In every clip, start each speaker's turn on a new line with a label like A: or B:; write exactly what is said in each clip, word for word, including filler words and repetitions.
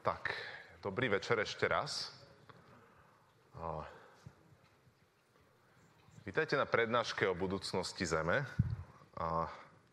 A: Tak, dobrý večer ešte raz. Vítajte na prednáške o budúcnosti Zeme. A,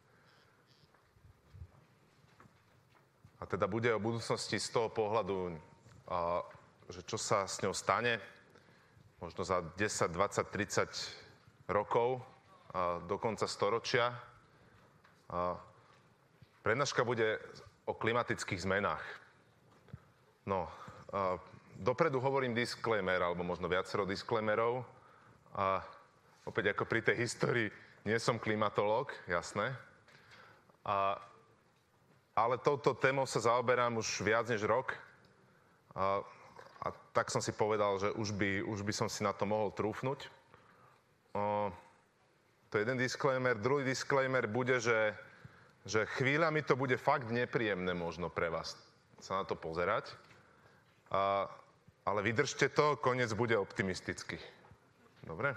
A: a teda bude o budúcnosti z toho pohľadu, a, že čo sa s ňou stane, možno za desať, dvadsať, tridsať rokov, a, do konca storočia. A, prednáška bude o klimatických zmenách. No, a, dopredu hovorím disclaimer, alebo možno viacero disclaimerov. A opäť ako pri tej histórii, nie som klimatológ, jasné. A, ale touto témou sa zaoberám už viac než rok. A, a tak som si povedal, že už by, už by som si na to mohol trúfnuť. O, to je jeden disclaimer. Druhý disclaimer bude, že, že chvíľami to bude fakt nepríjemné možno pre vás sa na to pozerať. A, ale vydržte to, koniec bude optimistický. Dobre?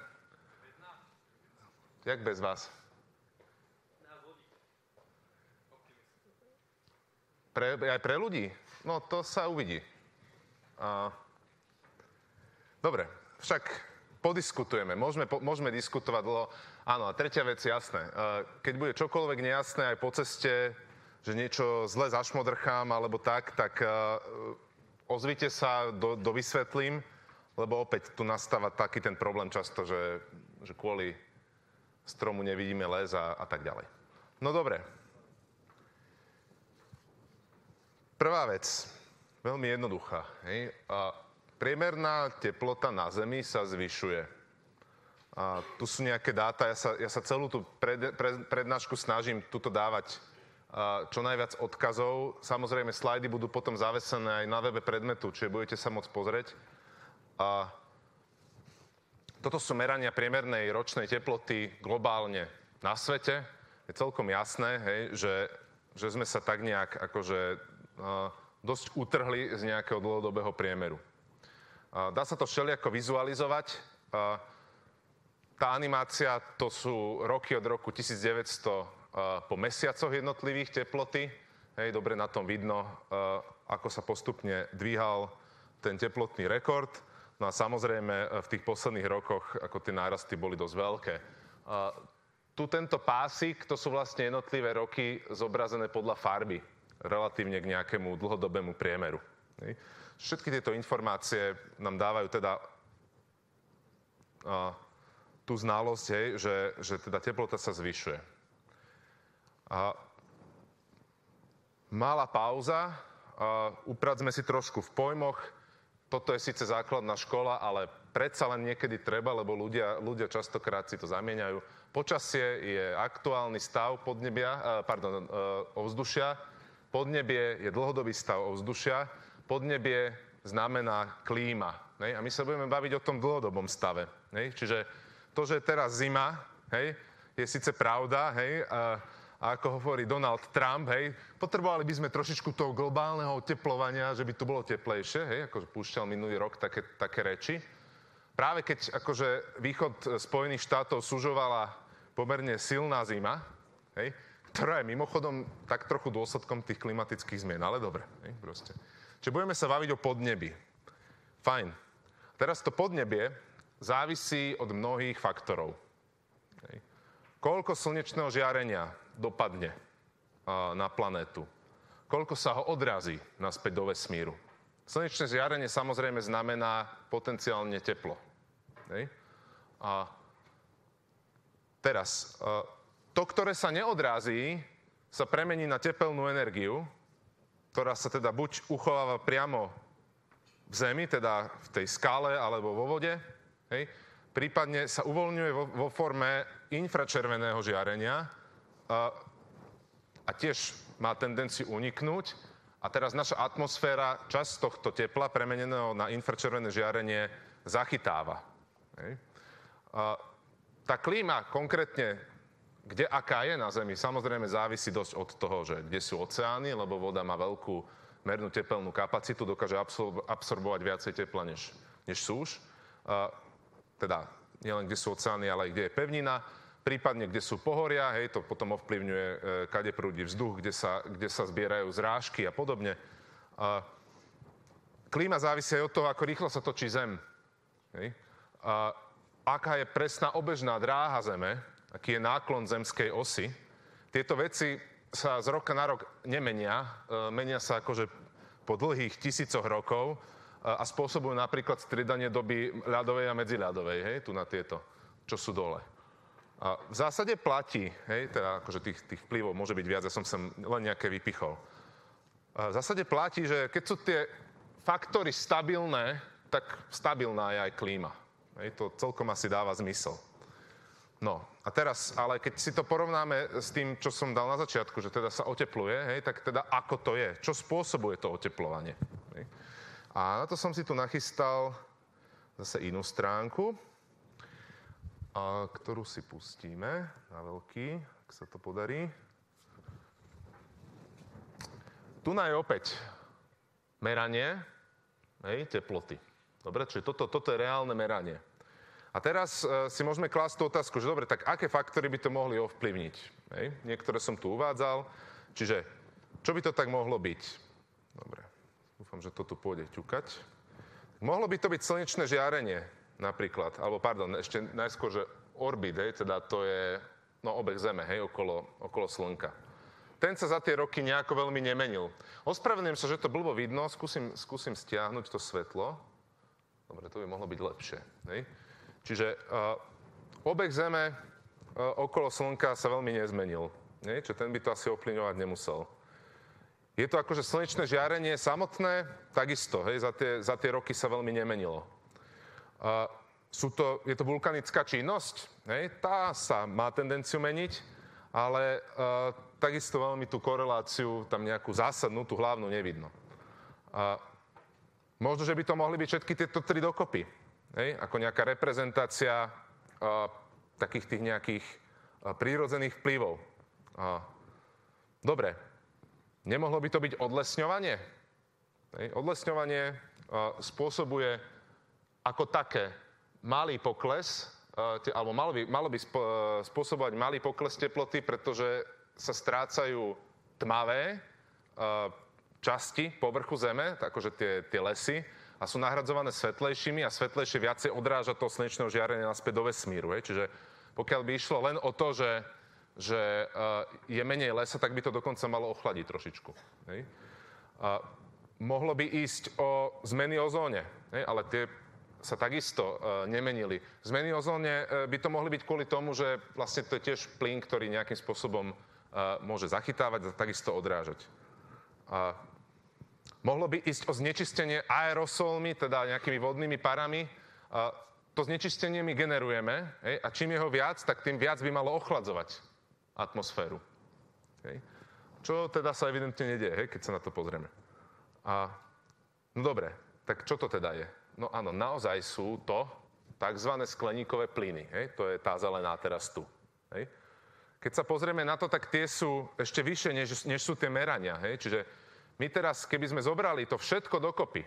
A: Jak bez vás? Pre, aj pre ľudí? No, to sa uvidí. A... Dobre, však podiskutujeme. Môžeme, po, môžeme diskutovať dlho. Áno, a tretia vec, jasné. Keď bude čokoľvek nejasné aj po ceste, že niečo zle zašmodrchám alebo tak, tak ozvite sa, do, dovysvetlím, lebo opäť tu nastáva taký ten problém často, že, že kvôli stromu nevidíme les a, a tak ďalej. No dobre. Prvá vec, veľmi jednoduchá. Hej? A priemerná teplota na Zemi sa zvyšuje. A tu sú nejaké dáta, ja sa, ja sa celú tú pred, pred, prednášku snažím tuto dávať a, čo najviac odkazov. Samozrejme, slajdy budú potom zavesené aj na webe predmetu, čiže budete sa môcť pozrieť. A toto sú merania priemernej ročnej teploty globálne na svete. Je celkom jasné, hej, že, že sme sa tak nejak akože uh, dosť utrhli z nejakého dlhodobého priemeru. Uh, dá sa to všelijako vizualizovať. Uh, tá animácia, to sú roky od roku tisícdeväťsto uh, po mesiacoch jednotlivých teploty. Hej, dobre na tom vidno, uh, ako sa postupne dvíhal ten teplotný rekord. No a samozrejme v tých posledných rokoch, ako tie nárasty boli dosť veľké. Uh, tu tento pásik, to sú vlastne jednotlivé roky zobrazené podľa farby, relatívne k nejakému dlhodobému priemeru. Hej. Všetky tieto informácie nám dávajú teda uh, tú znalosť, hej, že, že teda teplota sa zvyšuje. Uh, malá pauza, uh, upracme si trošku v pojmoch. Toto je síce základná škola, ale predsa len niekedy treba, lebo ľudia, ľudia častokrát si to zamieňajú. Počasie je aktuálny stav podnebia, pardon, ovzdušia. Podnebie je dlhodobý stav ovzdušia. Podnebie znamená klíma. Hej? A my sa budeme baviť o tom dlhodobom stave. Hej? Čiže to, že je teraz zima, hej, je síce pravda, hej, a, A ako hovorí Donald Trump, hej, potrebovali by sme trošičku toho globálneho oteplovania, že by tu bolo teplejšie, hej, akože púšťal minulý rok také, také reči. Práve keď akože východ Spojených štátov sužovala pomerne silná zima, hej, ktorá je mimochodom tak trochu dôsledkom tých klimatických zmien, ale dobre, hej, proste. Čiže budeme sa baviť o podnebi. Fajn. Teraz to podnebie závisí od mnohých faktorov. Hej. Koľko slnečného žiarenia dopadne uh, na planétu? Koľko sa ho odrazí naspäť do vesmíru? Slnečné žiarenie samozrejme znamená potenciálne teplo. Hej. A teraz, uh, to, ktoré sa neodrazí, sa premení na tepelnú energiu, ktorá sa teda buď uchováva priamo v zemi, teda v tej skále alebo vo vode, hej, prípadne sa uvoľňuje vo, vo forme infračerveného žiarenia a, a tiež má tendenciu uniknúť. A teraz naša atmosféra časť tohto tepla premeneného na infračervené žiarenie zachytáva. Hej. A, tá klíma konkrétne, kde aká je na Zemi, samozrejme závisí dosť od toho, že kde sú oceány, lebo voda má veľkú mernú tepelnú kapacitu, dokáže absorb- absorbovať viacej tepla než, než súš. A, teda nielen kde sú oceány, ale aj kde je pevnina, prípadne kde sú pohoria, hej, to potom ovplyvňuje, e, kade prúdi vzduch, kde sa, kde sa zbierajú zrážky a podobne. A klíma závisí aj od toho, ako rýchlo sa točí Zem. Hej. A aká je presná obežná dráha Zeme, aký je náklon zemskej osy. Tieto veci sa z roka na rok nemenia. E, menia sa akože po dlhých tisícoch rokov a, a spôsobujú napríklad striedanie doby ľadovej a medziľadovej, hej, tu na tieto, čo sú dole. A v zásade platí, hej, teda akože tých, tých vplyvov môže byť viac, ja som sem len nejaké vypichol. A v zásade platí, že keď sú tie faktory stabilné, tak stabilná je aj klíma. Hej, to celkom asi dáva zmysel. No a teraz, ale keď si to porovnáme s tým, čo som dal na začiatku, že teda sa otepluje, hej, tak teda ako to je? Čo spôsobuje to oteplovanie? Hej? A na to som si tu nachystal zase inú stránku, a ktorú si pustíme na veľký, ak sa to podarí. Tu je opäť meranie, hej, teploty. Dobre, čiže toto, toto je reálne meranie. A teraz uh, si môžeme klásť tú otázku, že dobre, tak aké faktory by to mohli ovplyvniť? Hej? Niektoré som tu uvádzal. Čiže, čo by to tak mohlo byť? Dobre, dúfam, že to tu pôjde ťukať. Mohlo by to byť slnečné žiarenie napríklad, alebo pardon, ešte najskôr, že orbit, hej, teda to je no, obeh Zeme, hej, okolo, okolo Slnka. Ten sa za tie roky nejako veľmi nemenil. Ospravedlňujem sa, že to blbo vidno, skúsim, skúsim stiahnuť to svetlo. Dobre, to by mohlo byť lepšie, hej. Čiže uh, obeh Zeme uh, okolo Slnka sa veľmi nezmenil. Nie? Čiže ten by to asi ovplyvňovať nemusel. Je to akože slnečné žiarenie samotné, takisto, hej, za tie, za tie roky sa veľmi nemenilo. Uh, sú to, je to vulkanická činnosť, hej, tá sa má tendenciu meniť, ale uh, takisto veľmi tú koreláciu, tam nejakú zásadnú, tú hlavnú nevidno. Uh, možno, že by to mohli byť všetky tieto tri dokopy. Hej, ako nejaká reprezentácia uh, takých tých nejakých uh, prírodzených vplyvov. Uh, dobre, nemohlo by to byť odlesňovanie? Hej, odlesňovanie uh, spôsobuje ako také malý pokles, uh, te, alebo malo by, malo by sp- uh, spôsobovať malý pokles teploty, pretože sa strácajú tmavé uh, časti povrchu Zeme, akože tie, tie lesy, a sú nahradzované svetlejšími a svetlejšie viacej odráža toho slnečného žiarenia naspäť do vesmíru. Hej. Čiže pokiaľ by išlo len o to, že, že uh, je menej lesa, tak by to dokonca malo ochladiť trošičku. Hej. Uh, mohlo by ísť o zmeny o zóne, hej, ale tie sa takisto uh, nemenili. Zmeny o zóne uh, by to mohli byť kvôli tomu, že vlastne to je tiež plyn, ktorý nejakým spôsobom uh, môže zachytávať a takisto odrážať. Uh, Mohlo by ísť o znečistenie aerosolmi, teda nejakými vodnými parami. A to znečistenie my generujeme, hej, a čím je ho viac, tak tým viac by malo ochladzovať atmosféru. Hej. Čo teda sa evidentne nedieje, hej, keď sa na to pozrieme. A, no dobre, tak čo to teda je? No áno, naozaj sú to takzvané skleníkové plyny. Hej, to je tá zelená teraz tu. Hej. Keď sa pozrieme na to, tak tie sú ešte vyššie, než, než sú tie merania. Hej. Čiže my teraz, keby sme zobrali to všetko dokopy,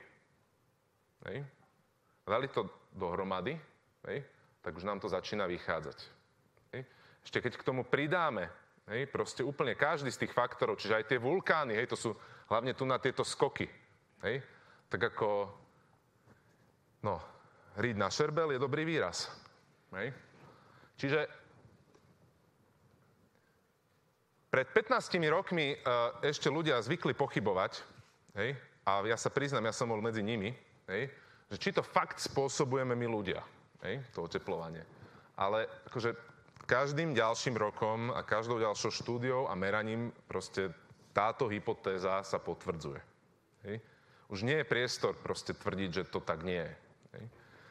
A: hej, dali to dohromady, hej, tak už nám to začína vychádzať. Hej. Ešte keď k tomu pridáme, hej, proste úplne každý z tých faktorov, čiže aj tie vulkány, hej, to sú hlavne tu na tieto skoky, hej, tak ako, no, riť na šerbel je dobrý výraz. Hej. Čiže pred pätnástimi rokmi uh, ešte ľudia zvykli pochybovať, hej, a ja sa priznám, ja som bol medzi nimi, hej, že či to fakt spôsobujeme my ľudia, hej, to oteplovanie. Ale akože každým ďalším rokom a každou ďalšou štúdiou a meraním proste táto hypotéza sa potvrdzuje. Hej. Už nie je priestor proste tvrdiť, že to tak nie je. Hej.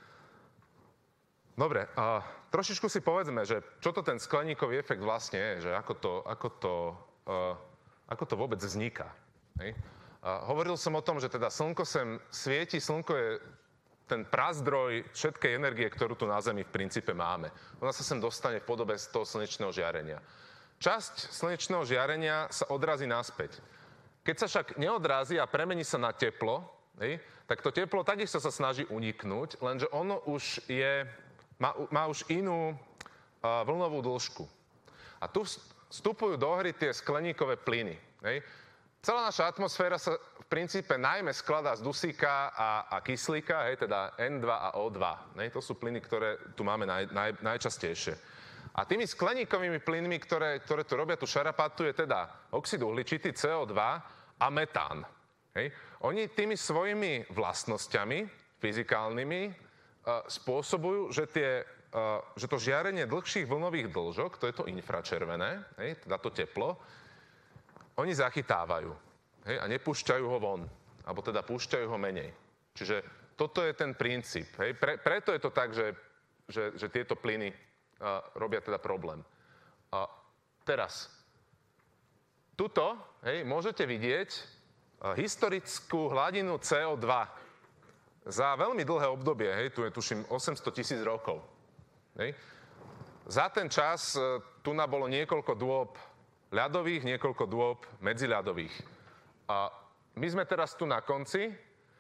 A: Dobre, a trošičku si povedzme, že čo to ten skleníkový efekt vlastne je, že ako to, ako to, uh, ako to vôbec vzniká. Hej? Uh, hovoril som o tom, že teda slnko sem svieti, slnko je ten prazdroj všetkej energie, ktorú tu na Zemi v princípe máme. Ona sa sem dostane v podobe z toho slnečného žiarenia. Časť slnečného žiarenia sa odrazí naspäť. Keď sa však neodrazí a premení sa na teplo, hej, tak to teplo takisto sa snaží uniknúť, lenže ono už je... Má, má už inú uh, vlnovú dĺžku. A tu vstupujú do hry tie skleníkové plyny. Hej. Celá naša atmosféra sa v v princípe najmä skladá z dusíka a, a kyslíka, hej, teda en dva a ó dva. Hej, to sú plyny, ktoré tu máme naj, naj, najčastejšie. A tými skleníkovými plynmi, ktoré, ktoré tu robia tú šarapatu, je teda oxid uhličitý, cé ó dva a metán. Hej. Oni tými svojimi vlastnosťami fyzikálnymi uh, spôsobujú, že, tie, uh, že to žiarenie dlhších vlnových dĺžok, to je to infračervené, hej, teda to teplo, oni zachytávajú, hej, a nepúšťajú ho von, alebo teda púšťajú ho menej. Čiže toto je ten princíp. Hej. Pre, preto je to tak, že, že, že tieto plyny uh, robia teda problém. Uh, teraz, tuto, hej, môžete vidieť uh, historickú hladinu cé ó dva za veľmi dlhé obdobie, hej, tu je tuším osemsto tisíc rokov. Hej. Za ten čas uh, tu nabolo niekoľko dôb ľadových, niekoľko dôb medziľadových. A my sme teraz tu na konci,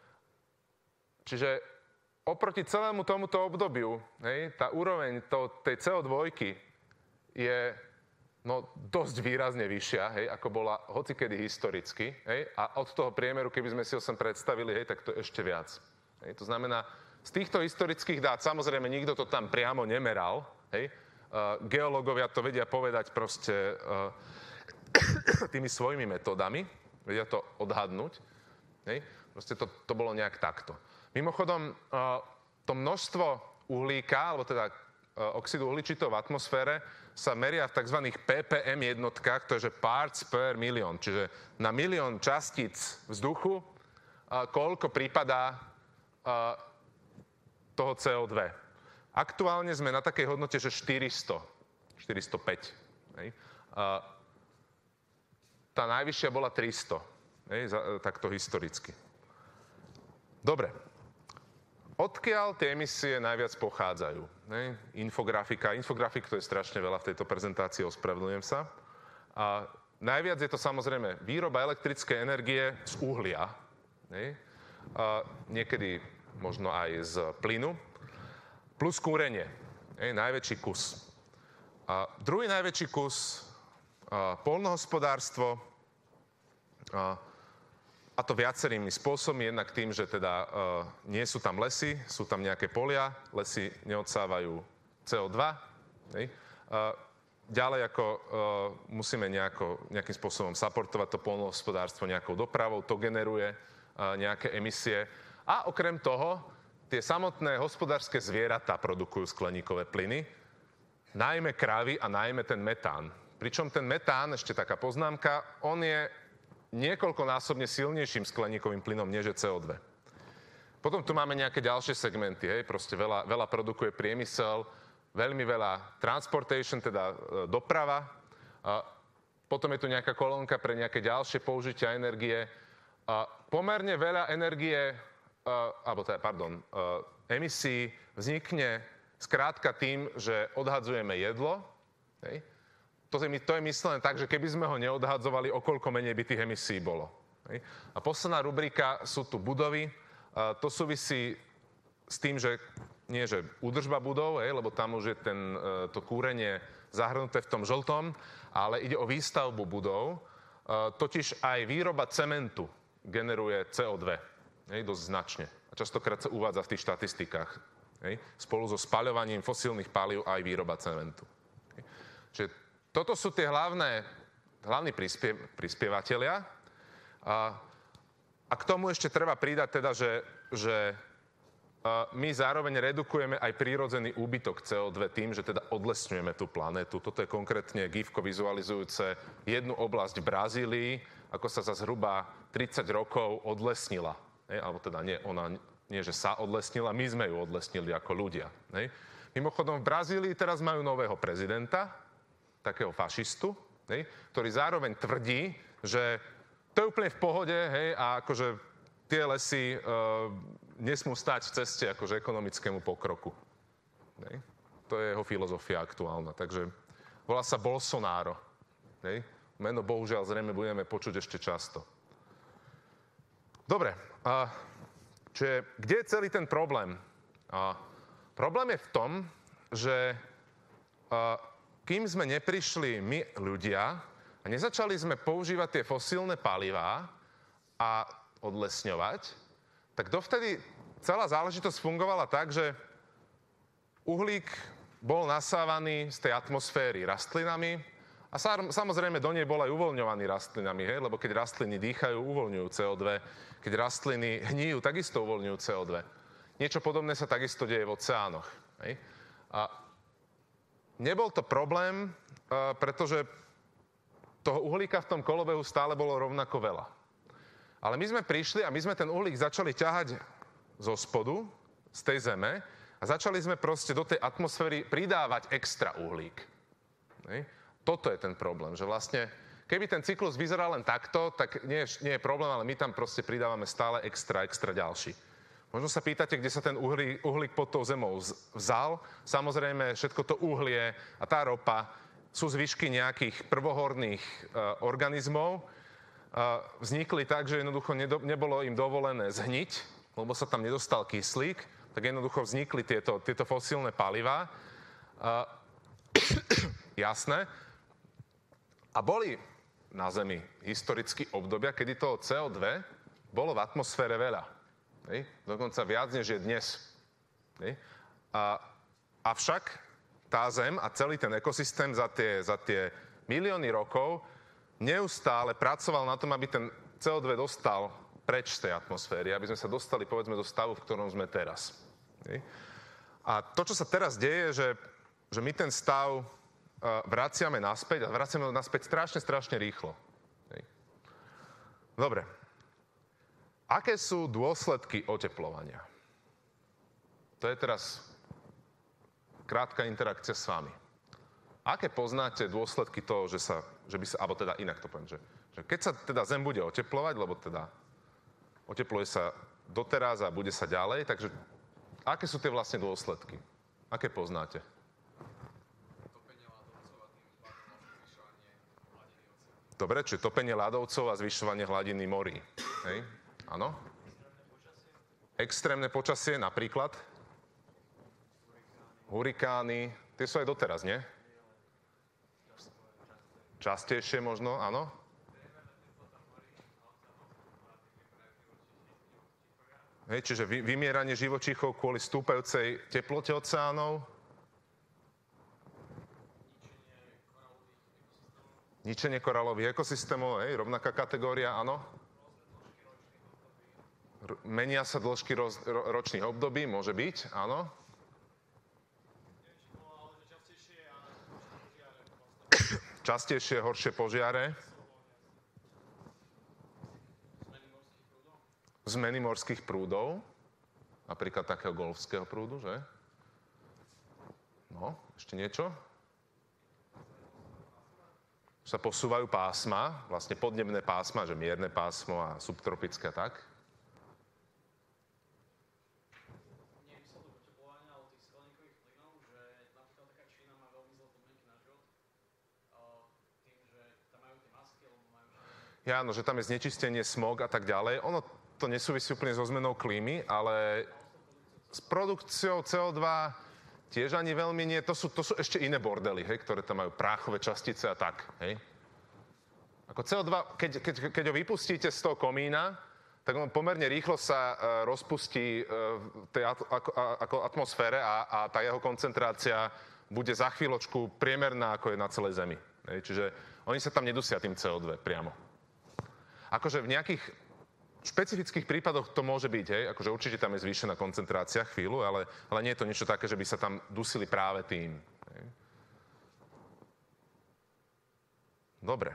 A: čiže oproti celému tomuto obdobiu, hej, tá úroveň to, tej cé ó dva je no, dosť výrazne vyššia, hej, ako bola hocikedy historicky. Hej, a od toho priemeru, keby sme si ho sem predstavili, hej, tak to je ešte viac. Hej, to znamená, z týchto historických dát, samozrejme, nikto to tam priamo nemeral, hej, Uh, geológovia to vedia povedať proste uh, tými svojimi metódami, vedia to odhadnúť. Hej? Proste to, to bolo nejak takto. Mimochodom, uh, to množstvo uhlíka, alebo teda uh, oxidu uhličitého v atmosfére sa meria v tzv. pé pé em jednotkách, to je že parts per million, čiže na milión častíc vzduchu, uh, koľko prípadá uh, toho cé ó dva. Aktuálne sme na takej hodnote, že štyristo, štyristopäť. Hej. A tá najvyššia bola tristo, hej, za, takto historicky. Dobre. Odkiaľ tie emisie najviac pochádzajú? Hej. Infografika. Infografik to je strašne veľa v tejto prezentácii, ospravedlňujem sa. A najviac je to samozrejme výroba elektrickej energie z uhlia. Hej. A niekedy možno aj z plynu. Plus kúrenie, je najväčší kus. A druhý najväčší kus, a, poľnohospodárstvo, a, a to viacerými spôsobmi, jednak tým, že teda a, nie sú tam lesy, sú tam nejaké polia, lesy neodsávajú cé ó dva. Hej. A, ďalej ako a, musíme nejako, nejakým spôsobom supportovať to poľnohospodárstvo nejakou dopravou, to generuje a, nejaké emisie. A okrem toho, tie samotné hospodárske zvieratá produkujú skleníkové plyny, najmä krávy a najmä ten metán. Pričom ten metán, ešte taká poznámka, on je niekoľkonásobne silnejším skleníkovým plynom, než je cé ó dva. Potom tu máme nejaké ďalšie segmenty, hej, proste veľa, veľa produkuje priemysel, veľmi veľa transportation, teda e, doprava. A potom je tu nejaká kolónka pre nejaké ďalšie použitia energie. A pomerne veľa energie Uh, alebo teda, pardon, uh, emisí vznikne skrátka tým, že odhadzujeme jedlo. Hej. To, je, to je myslené tak, že keby sme ho neodhadzovali, o koľko menej by tých emisí bolo. Hej. A posledná rubrika sú tu budovy. Uh, to súvisí s tým, že nie, že údržba budov, hej, lebo tam už je ten, uh, to kúrenie zahrnuté v tom žltom, ale ide o výstavbu budov. Uh, totiž aj výroba cementu generuje cé ó dva. Hej, dosť značne. A častokrát sa uvádza v tých štatistikách. Hej, spolu so spaľovaním fosílnych palív aj výroba cementu. Hej. Čiže toto sú tie hlavné, hlavní prispie, prispievateľia. A, a k tomu ešte treba pridať teda, že, že a my zároveň redukujeme aj prírodzený úbytok cé ó dva tým, že teda odlesňujeme tú planetu. Toto je konkrétne gifko vizualizujúce jednu oblasť v Brazílii, ako sa za zhruba tridsať rokov odlesnila. Hej, alebo teda nie, ona nie, že sa odlesnila, my sme ju odlesnili ako ľudia. Hej. Mimochodom, v Brazílii teraz majú nového prezidenta, takého fašistu, hej, ktorý zároveň tvrdí, že to je úplne v pohode, hej, a akože tie lesy e, nesmú stáť v ceste akože ekonomickému pokroku. Hej. To je jeho filozofia aktuálna. Takže volá sa Bolsonaro. Hej. Meno bohužiaľ zrejme budeme počuť ešte často. Dobre, a, čiže kde je celý ten problém? A, problém je v tom, že a, kým sme neprišli my ľudia a nezačali sme používať tie fosílne palivá a odlesňovať, tak dovtedy celá záležitosť fungovala tak, že uhlík bol nasávaný z tej atmosféry rastlinami a samozrejme do nej bol aj uvoľňovaný rastlinami, hej? Lebo keď rastliny dýchajú, uvoľňujú cé o dva, keď rastliny hníjú, takisto uvoľňujú cé o dva. Niečo podobné sa takisto deje v oceánoch. Hej? A nebol to problém, pretože toho uhlíka v tom kolobehu stále bolo rovnako veľa. Ale my sme prišli a my sme ten uhlík začali ťahať zo spodu, z tej zeme a začali sme proste do tej atmosféry pridávať extra uhlík. Hej. Toto je ten problém, že vlastne keby ten cyklus vyzeral len takto, tak nie je, nie je problém, ale my tam proste pridávame stále extra, extra ďalší. Možno sa pýtate, kde sa ten uhlík, uhlík pod tou zemou vzal. Samozrejme, všetko to uhlie a tá ropa sú zvyšky nejakých prvohorných uh, organizmov. Uh, vznikli tak, že jednoducho nedo, nebolo im dovolené zhniť, lebo sa tam nedostal kyslík, tak jednoducho vznikli tieto, tieto fosílne palivá. Uh, jasné. A boli na Zemi historicky obdobia, kedy toho cé o dva bolo v atmosfére veľa. Hej? Dokonca viac, než je dnes. Hej? A, avšak tá Zem a celý ten ekosystém za tie, za tie milióny rokov neustále pracoval na tom, aby ten cé o dva dostal preč z tej atmosféry, aby sme sa dostali, povedzme, do stavu, v ktorom sme teraz. Hej. A to, čo sa teraz deje, že, že my ten stav uh, vraciame naspäť a vraciame ho naspäť strašne, strašne rýchlo. Hej. Dobre. Aké sú dôsledky oteplovania? To je teraz krátka interakcia s vami. Aké poznáte dôsledky toho, že sa, že by sa, alebo teda inak to poviem, že, že keď sa teda Zem bude oteplovať, lebo teda otepluje sa doteraz a bude sa ďalej, takže aké sú tie vlastne dôsledky? Aké poznáte?
B: Topenie ľadovcov a tým pádom zvyšovanie hladiny oceánu.
A: Dobre, čiže topenie ľadovcov a zvyšovanie hladiny morí. Hej? Áno? Extrémne počasie, napríklad? Hurikány. Tie sú aj doteraz, nie? Častejšie možno, áno? Hej, čiže vy, vymieranie živočíchov kvôli stúpajúcej teplote oceánov. Ničenie koralových ekosystémov, hej, rovnaká kategória, áno? R- menia sa dĺžky roz, ro, ročných období, môže byť, áno? Častejšie, horšie požiare. Zmeny morských prúdov. Napríklad takého golfského prúdu, že? No, ešte niečo? Sa posúvajú pásma, vlastne podnebné pásma, že mierne pásmo a subtropické a tak. Ja, áno, že tam je znečistenie, smog a tak ďalej. Ono to nesúvisí úplne so zmenou klímy, ale s produkciou cé o dva tiež ani veľmi nie. To sú, to sú ešte iné bordely, hej, ktoré tam majú práchové častice a tak. Hej. Ako cé o dva, keď, keď, keď ho vypustíte z toho komína, tak on pomerne rýchlo sa uh, rozpustí uh, v tej at, ako, ako atmosfére a, a tá jeho koncentrácia bude za chvíľočku priemerná, ako je na celej Zemi. Hej. Čiže oni sa tam nedusia tým cé o dva priamo. Akože v nejakých špecifických prípadoch to môže byť, hej, akože určite tam je zvýšená koncentrácia chvíľu, ale, ale nie je to niečo také, že by sa tam dusili práve tým. Hej. Dobre.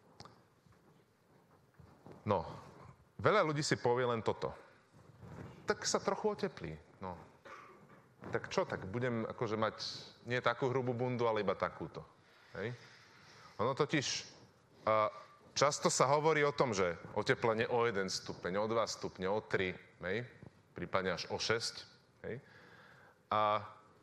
A: No, veľa ľudí si povie len toto. Tak sa trochu oteplí, no. Tak čo, tak budem akože mať nie takú hrubú bundu, ale iba takúto. Hej. Ono totiž... Uh, Často sa hovorí o tom, že oteplenie o jeden stupeň, o dva stupne, o tri, hej? Prípadne až o šesť. Hej? A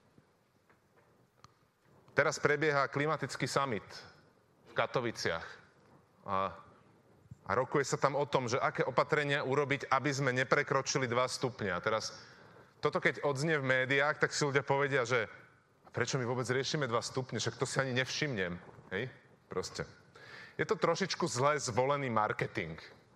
A: teraz prebieha klimatický summit v Katoviciach. A, a rokuje sa tam o tom, že aké opatrenia urobiť, aby sme neprekročili dva stupne. A teraz toto keď odznie v médiách, tak si ľudia povedia, že prečo my vôbec riešime dva stupne, však to si ani nevšimnem. Hej? Proste. Je to trošičku zle zvolený marketing.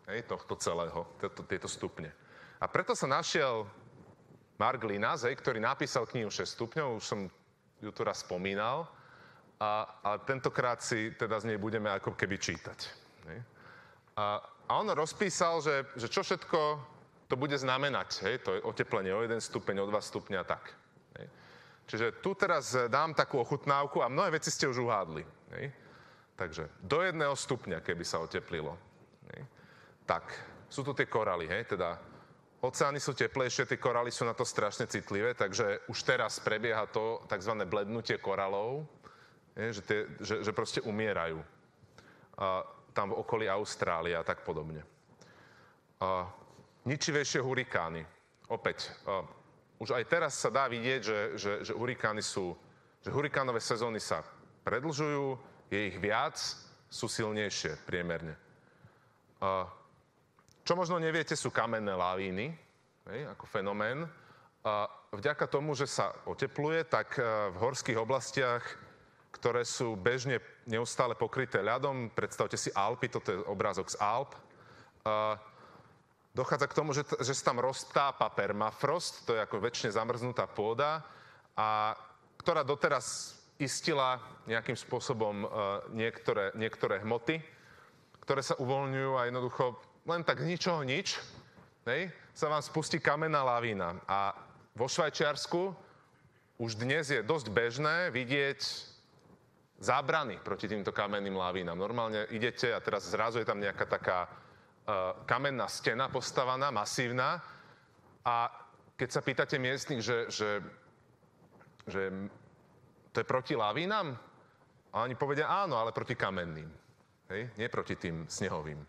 A: hej, tohto celého, tieto, tieto stupne. A preto sa našiel Mark Linas, hej, ktorý napísal knihu šesť stupňov, už som ju tu raz spomínal, a, a tentokrát si teda z nej budeme ako keby čítať. Hej. A, a on rozpísal, že, že čo všetko to bude znamenať, hej, to je oteplenie o jeden stupeň, o dva stupňa a tak. Hej. Čiže tu teraz dám takú ochutnávku a mnohé veci ste už uhádli. Hej. Takže do jedného stupňa, keby sa oteplilo. Hej. Tak, sú tu tie koraly, hej, teda oceány sú teplejšie, tie koraly sú na to strašne citlivé, takže už teraz prebieha to tzv. Blednutie koralov, hej, že, tie, že, že proste umierajú. A tam v okolí Austrálie a tak podobne. A ničivejšie hurikány. Opäť, a už aj teraz sa dá vidieť, že, že, že hurikány sú, že hurikánové sezóny sa predlžujú, je ich viac, sú silnejšie priemerne. A čo možno neviete, sú kamenné lavíny, hej, ako fenomén. A vďaka tomu, že sa otepluje, tak v horských oblastiach, ktoré sú bežne neustále pokryté ľadom, predstavte si Alpy, toto je obrázok z Alp, a dochádza k tomu, že, že sa tam roztápa permafrost, to je ako väčšine zamrznutá pôda, a ktorá doteraz istila nejakým spôsobom uh, niektoré, niektoré hmoty, ktoré sa uvoľňujú a jednoducho len tak z ničoho nič, hej, sa vám spustí kamenná lavína. A vo Švajčiarsku už dnes je dosť bežné vidieť zábrany proti týmto kamenným lavínam. Normálne idete a teraz zrazu je tam nejaká taká uh, kamenná stena postavaná, masívna, a keď sa pýtate miestnych, že, že, že to je proti lavínam, a oni povedia áno, ale proti kamenným. Hej? Nie proti tým snehovým.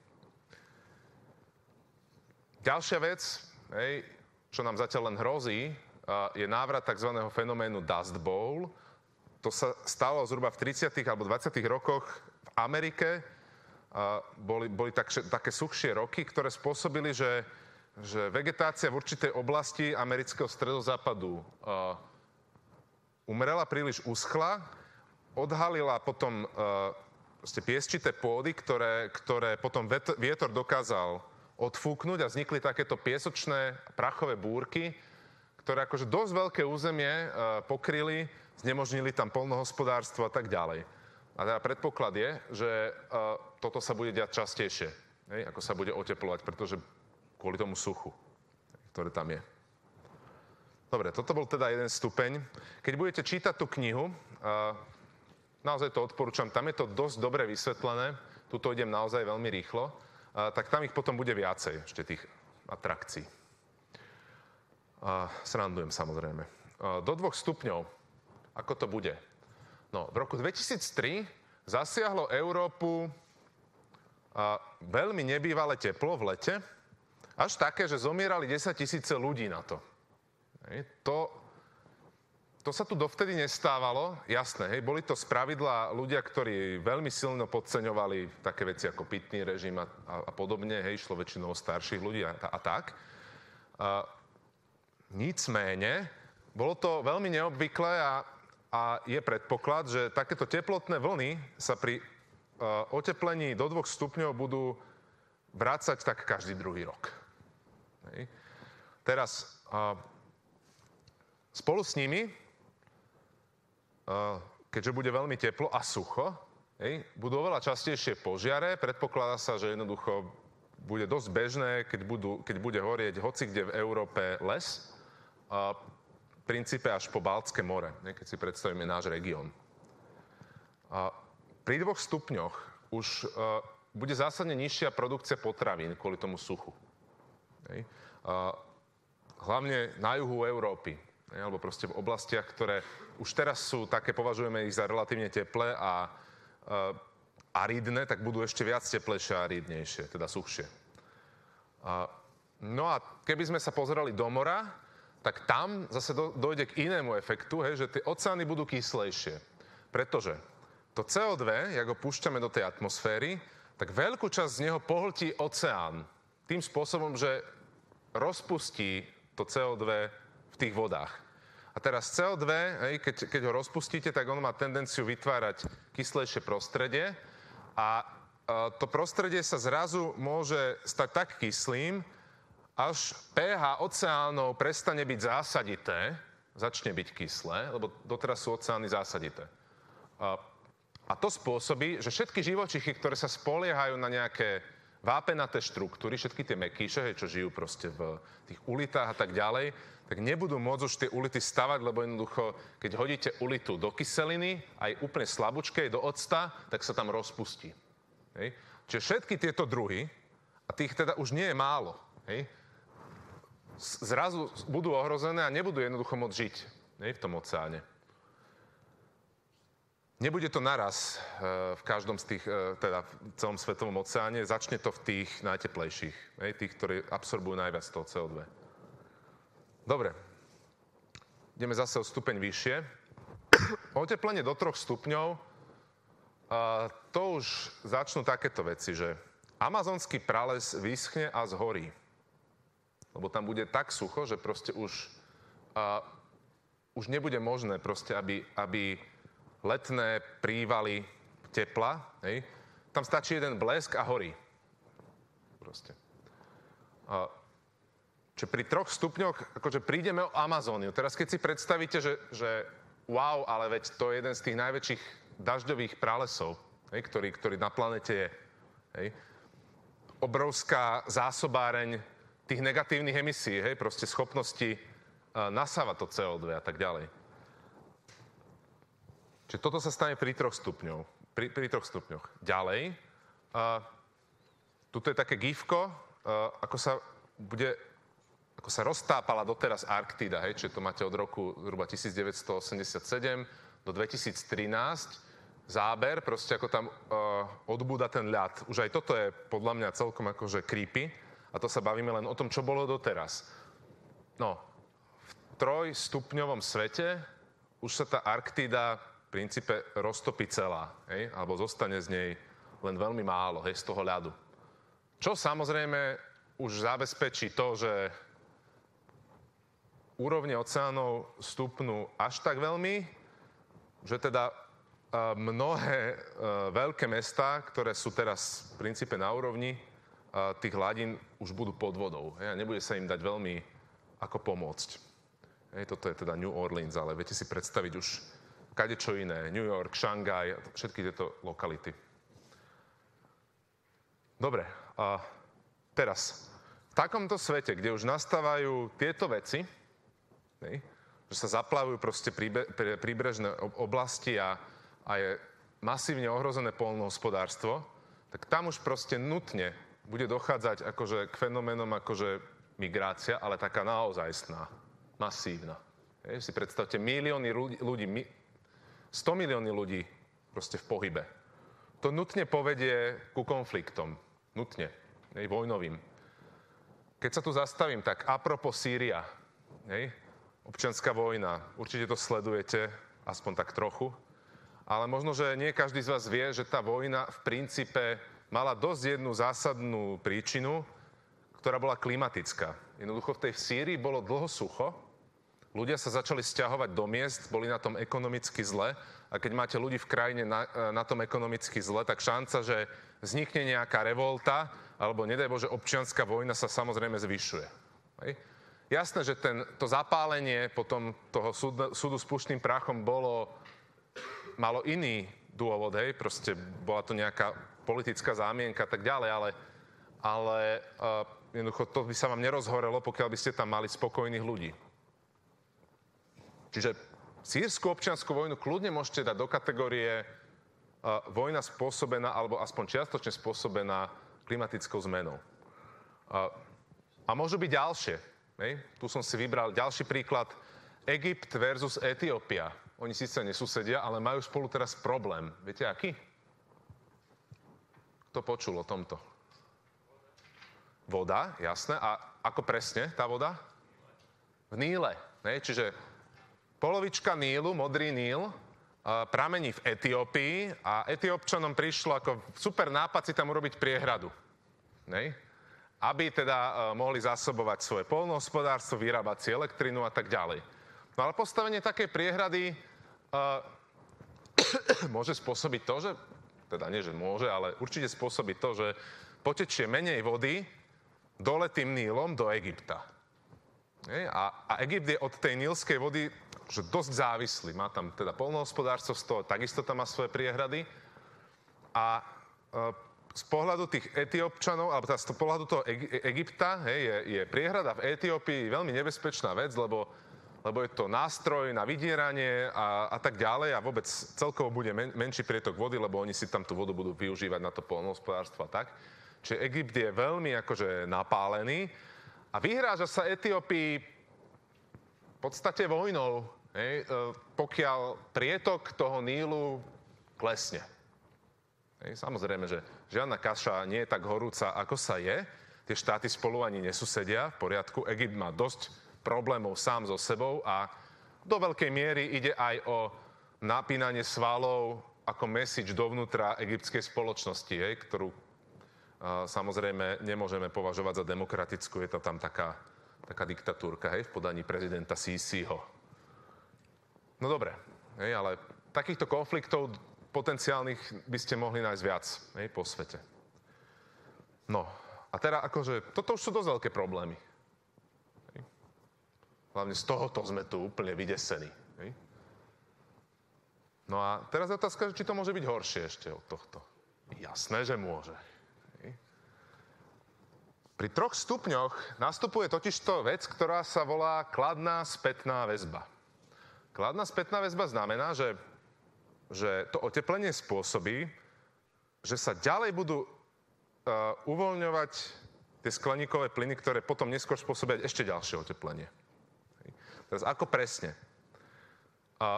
A: Ďalšia vec, hej, čo nám zatiaľ len hrozí, uh, je návrat tzv. Fenoménu Dust Bowl. To sa stalo zhruba v tridsiatych alebo dvadsiatych rokoch v Amerike. Uh, boli boli tak, také suchšie roky, ktoré spôsobili, že, že vegetácia v určitej oblasti amerického stredozápadu uh, umrela, príliš uschla, odhalila potom uh, piesčité pôdy, ktoré, ktoré potom vet, vietor dokázal odfúknuť a vznikli takéto piesočné prachové búrky, ktoré akože dosť veľké územie uh, pokryli, znemožnili tam poľnohospodárstvo a tak ďalej. A teda predpoklad je, že uh, toto sa bude diať častejšie, hej, ako sa bude oteplovať, pretože kvôli tomu suchu, ktoré tam je. Dobre, toto bol teda jeden stupeň. Keď budete čítať tú knihu, uh, naozaj to odporúčam, tam je to dosť dobre vysvetlené, tuto idem naozaj veľmi rýchlo, uh, tak tam ich potom bude viacej, ešte tých atrakcií. Uh, srandujem samozrejme. Uh, do dvoch stupňov, ako to bude? No, v roku dvetisíctri zasiahlo Európu uh, veľmi nebývalé teplo v lete, až také, že zomierali desaťtisíce ľudí na to. Hej, to, to sa tu dovtedy nestávalo, jasné, hej, boli to spravidla ľudia, ktorí veľmi silno podceňovali také veci ako pitný režim a, a, a podobne, hej, šlo väčšinou starších ľudí a, a tak. A, nicméne, bolo to veľmi neobvyklé a, a je predpoklad, že takéto teplotné vlny sa pri a, oteplení do dvoch stupňov budú vrácať tak každý druhý rok. Hej. Teraz a, spolu s nimi, keďže bude veľmi teplo a sucho, hej, budú oveľa častejšie požiare. Predpokladá sa, že jednoducho bude dosť bežné, keď, budú, keď bude horieť hocikde v Európe les, a v princípe až po Baltské more, hej, keď si predstavíme náš región. A pri dvoch stupňoch už a, bude zásadne nižšia produkcia potravín kvôli tomu suchu. Hej. A, hlavne na juhu Európy, alebo proste v oblastiach, ktoré už teraz sú také, považujeme ich za relatívne teplé a uh, aridné, tak budú ešte viac teplejšie a aridnejšie, teda suchšie. Uh, no a keby sme sa pozerali do mora, tak tam zase do, dojde k inému efektu, hej, že tie oceány budú kyslejšie. Pretože to cé ó dva, jak ho púšťame do tej atmosféry, tak veľkú časť z neho pohltí oceán. Tým spôsobom, že rozpustí to cé ó dva v tých vodách. A teraz cé ó dva, hej, keď, keď ho rozpustíte, tak on má tendenciu vytvárať kyslejšie prostredie a, a to prostredie sa zrazu môže stať tak kyslým, až pH oceánov prestane byť zásadité, začne byť kyslé, lebo doteraz sú oceány zásadité. A to spôsobí, že všetky živočichy, ktoré sa spoliehajú na nejaké vápenaté štruktúry, všetky tie mekýše, čo žijú proste v tých ulitách a tak ďalej, tak nebudú môcť už tie ulity stavať, lebo jednoducho, keď hodíte ulitu do kyseliny, aj úplne slabúčkej, do octa, tak sa tam rozpustí. Hej. Čiže všetky tieto druhy, a tých teda už nie je málo, hej, zrazu budú ohrozené a nebudú jednoducho môcť žiť, hej, v tom oceáne. Nebude to naraz e, v každom z tých, e, teda v celom svetovom oceáne, začne to v tých najteplejších, hej, tých, ktorí absorbujú najviac toho cé o dva. Dobre, ideme zase o stupeň vyššie. Oteplenie do troch stupňov, a to už začnú takéto veci, že amazonský prales vyschne a zhorí. Lebo tam bude tak sucho, že proste už, a, už nebude možné proste, aby, aby letné prívaly tepla, hej, tam stačí jeden blesk a horí. Proste. A, čiže pri troch stupňoch, akože prídeme o Amazóniu. Teraz keď si predstavíte, že, že wow, ale veď to je jeden z tých najväčších dažďových pralesov, hej, ktorý, ktorý na planete je. Hej. Obrovská zásobáreň tých negatívnych emisí, hej, proste schopnosti uh, nasávať to cé o dva a tak ďalej. Čiže toto sa stane pri troch stupňoch. Pri, pri troch stupňoch. Ďalej, uh, tuto je také gifko, uh, ako sa bude, ako sa roztápala doteraz Arktída, hej, čiže to máte od roku zhruba devätnásťstoosemdesiatsedem do dvetisíctrinásť. Záber, proste ako tam uh, odbúda ten ľad. Už aj toto je podľa mňa celkom akože creepy. A to sa bavíme len o tom, čo bolo doteraz. No, v trojstupňovom svete už sa tá Arktída v princípe roztopí celá, hej? Alebo zostane z nej len veľmi málo, hej, z toho ľadu. Čo samozrejme už zabezpečí to, že úrovne oceánov stupnú až tak veľmi, že teda uh, mnohé uh, veľké mestá, ktoré sú teraz v princípe na úrovni uh, tých hladín, už budú pod vodou. Hej, a nebude sa im dať veľmi ako pomôcť. Hej, toto je teda New Orleans, ale viete si predstaviť už kadečo iné. New York, Šangaj, všetky tieto lokality. Dobre, uh, teraz. V takomto svete, kde už nastávajú tieto veci, hej, že sa zaplavujú proste príbe, príbrežné oblasti a, a je masívne ohrozené poľnohospodárstvo, tak tam už proste nutne bude dochádzať akože k fenoménom akože migrácia, ale taká naozajstná, masívna. Hej, si predstavte, milióny ľudí, ľudí sto milióny ľudí proste v pohybe. To nutne povedie ku konfliktom. Nutne. Hej, vojnovým. Keď sa tu zastavím, tak apropos Sýria, hej, občianská vojna, určite to sledujete, aspoň tak trochu, ale možno, že nie každý z vás vie, že tá vojna v princípe mala dosť jednu zásadnú príčinu, ktorá bola klimatická. Jednoducho v tej Sýrii bolo dlho sucho, ľudia sa začali sťahovať do miest, boli na tom ekonomicky zle a keď máte ľudí v krajine na, na tom ekonomicky zle, tak šanca, že vznikne nejaká revolta alebo nedaj Bože občianska vojna sa samozrejme zvyšuje. Hej. Jasné, že ten, to zapálenie potom toho súd, súdu s pušným prachom bolo, malo iný dôvod, hej, proste bola to nejaká politická zámienka a tak ďalej, ale, ale uh, jednoducho to by sa vám nerozhorelo, pokiaľ by ste tam mali spokojných ľudí. Čiže sýrsku občiansku vojnu kľudne môžete dať do kategórie uh, vojna spôsobená, alebo aspoň čiastočne spôsobená klimatickou zmenou. Uh, a môžu byť ďalšie. Hej. Tu som si vybral ďalší príklad. Egypt versus Etiópia. Oni síce nesúsedia, ale majú spolu teraz problém. Viete, aký? Kto počul o tomto? Voda, jasné. A ako presne tá voda? V Níle. Hej. Čiže polovička Nílu, modrý Níl, pramení v Etiópii a Etiópčanom prišlo ako super nápad si tam urobiť priehradu. Hej. Aby teda uh, mohli zásobovať svoje poľnohospodárstvo, vyrábať si elektrinu a tak ďalej. No ale postavenie takej priehrady uh, môže spôsobiť to, že teda nie, že môže, ale určite spôsobí to, že potečie menej vody dole tým Nílom do Egypta. A, a Egypt je od tej nílskej vody že dosť závislý. Má tam teda poľnohospodárstvo, z toho takisto tam má svoje priehrady. A e, z pohľadu tých Etiópčanov, alebo teda z pohľadu toho Egypta, hej, je, je priehrada v Etiópii veľmi nebezpečná vec, lebo, lebo je to nástroj na vydieranie a, a tak ďalej a vôbec celkovo bude men, menší prietok vody, lebo oni si tam tú vodu budú využívať na to poľnohospodárstvo a tak. Čiže Egypt je veľmi akože napálený a vyhráža sa Etiópii v podstate vojnou, hej, pokiaľ prietok toho Nílu klesne. Hej, samozrejme, že žiadna kaša nie je tak horúca, ako sa je. Tie štáty spolu ani nesusedia v poriadku. Egypt má dosť problémov sám so sebou a do veľkej miery ide aj o napínanie svalov ako message dovnútra egyptskej spoločnosti, hej, ktorú uh, samozrejme nemôžeme považovať za demokratickú. Je to tam taká, taká diktatúrka, hej, v podaní prezidenta Sísiho. No dobre, hej, ale takýchto konfliktov potenciálnych by ste mohli nájsť viac, hej, po svete. No, a teda akože, toto už sú dosť veľké problémy. Hej. Hlavne z tohoto sme tu úplne vydesení. Hej. No a teraz je otázka, či to môže byť horšie ešte od tohto. Jasné, že môže. Hej. Pri troch stupňoch nastupuje totižto vec, ktorá sa volá kladná spätná väzba. Kladná spätná väzba znamená, že, že to oteplenie spôsobí, že sa ďalej budú uh, uvoľňovať tie skleníkové plyny, ktoré potom neskôr spôsobia ešte ďalšie oteplenie. Hej. Teraz ako presne? Uh,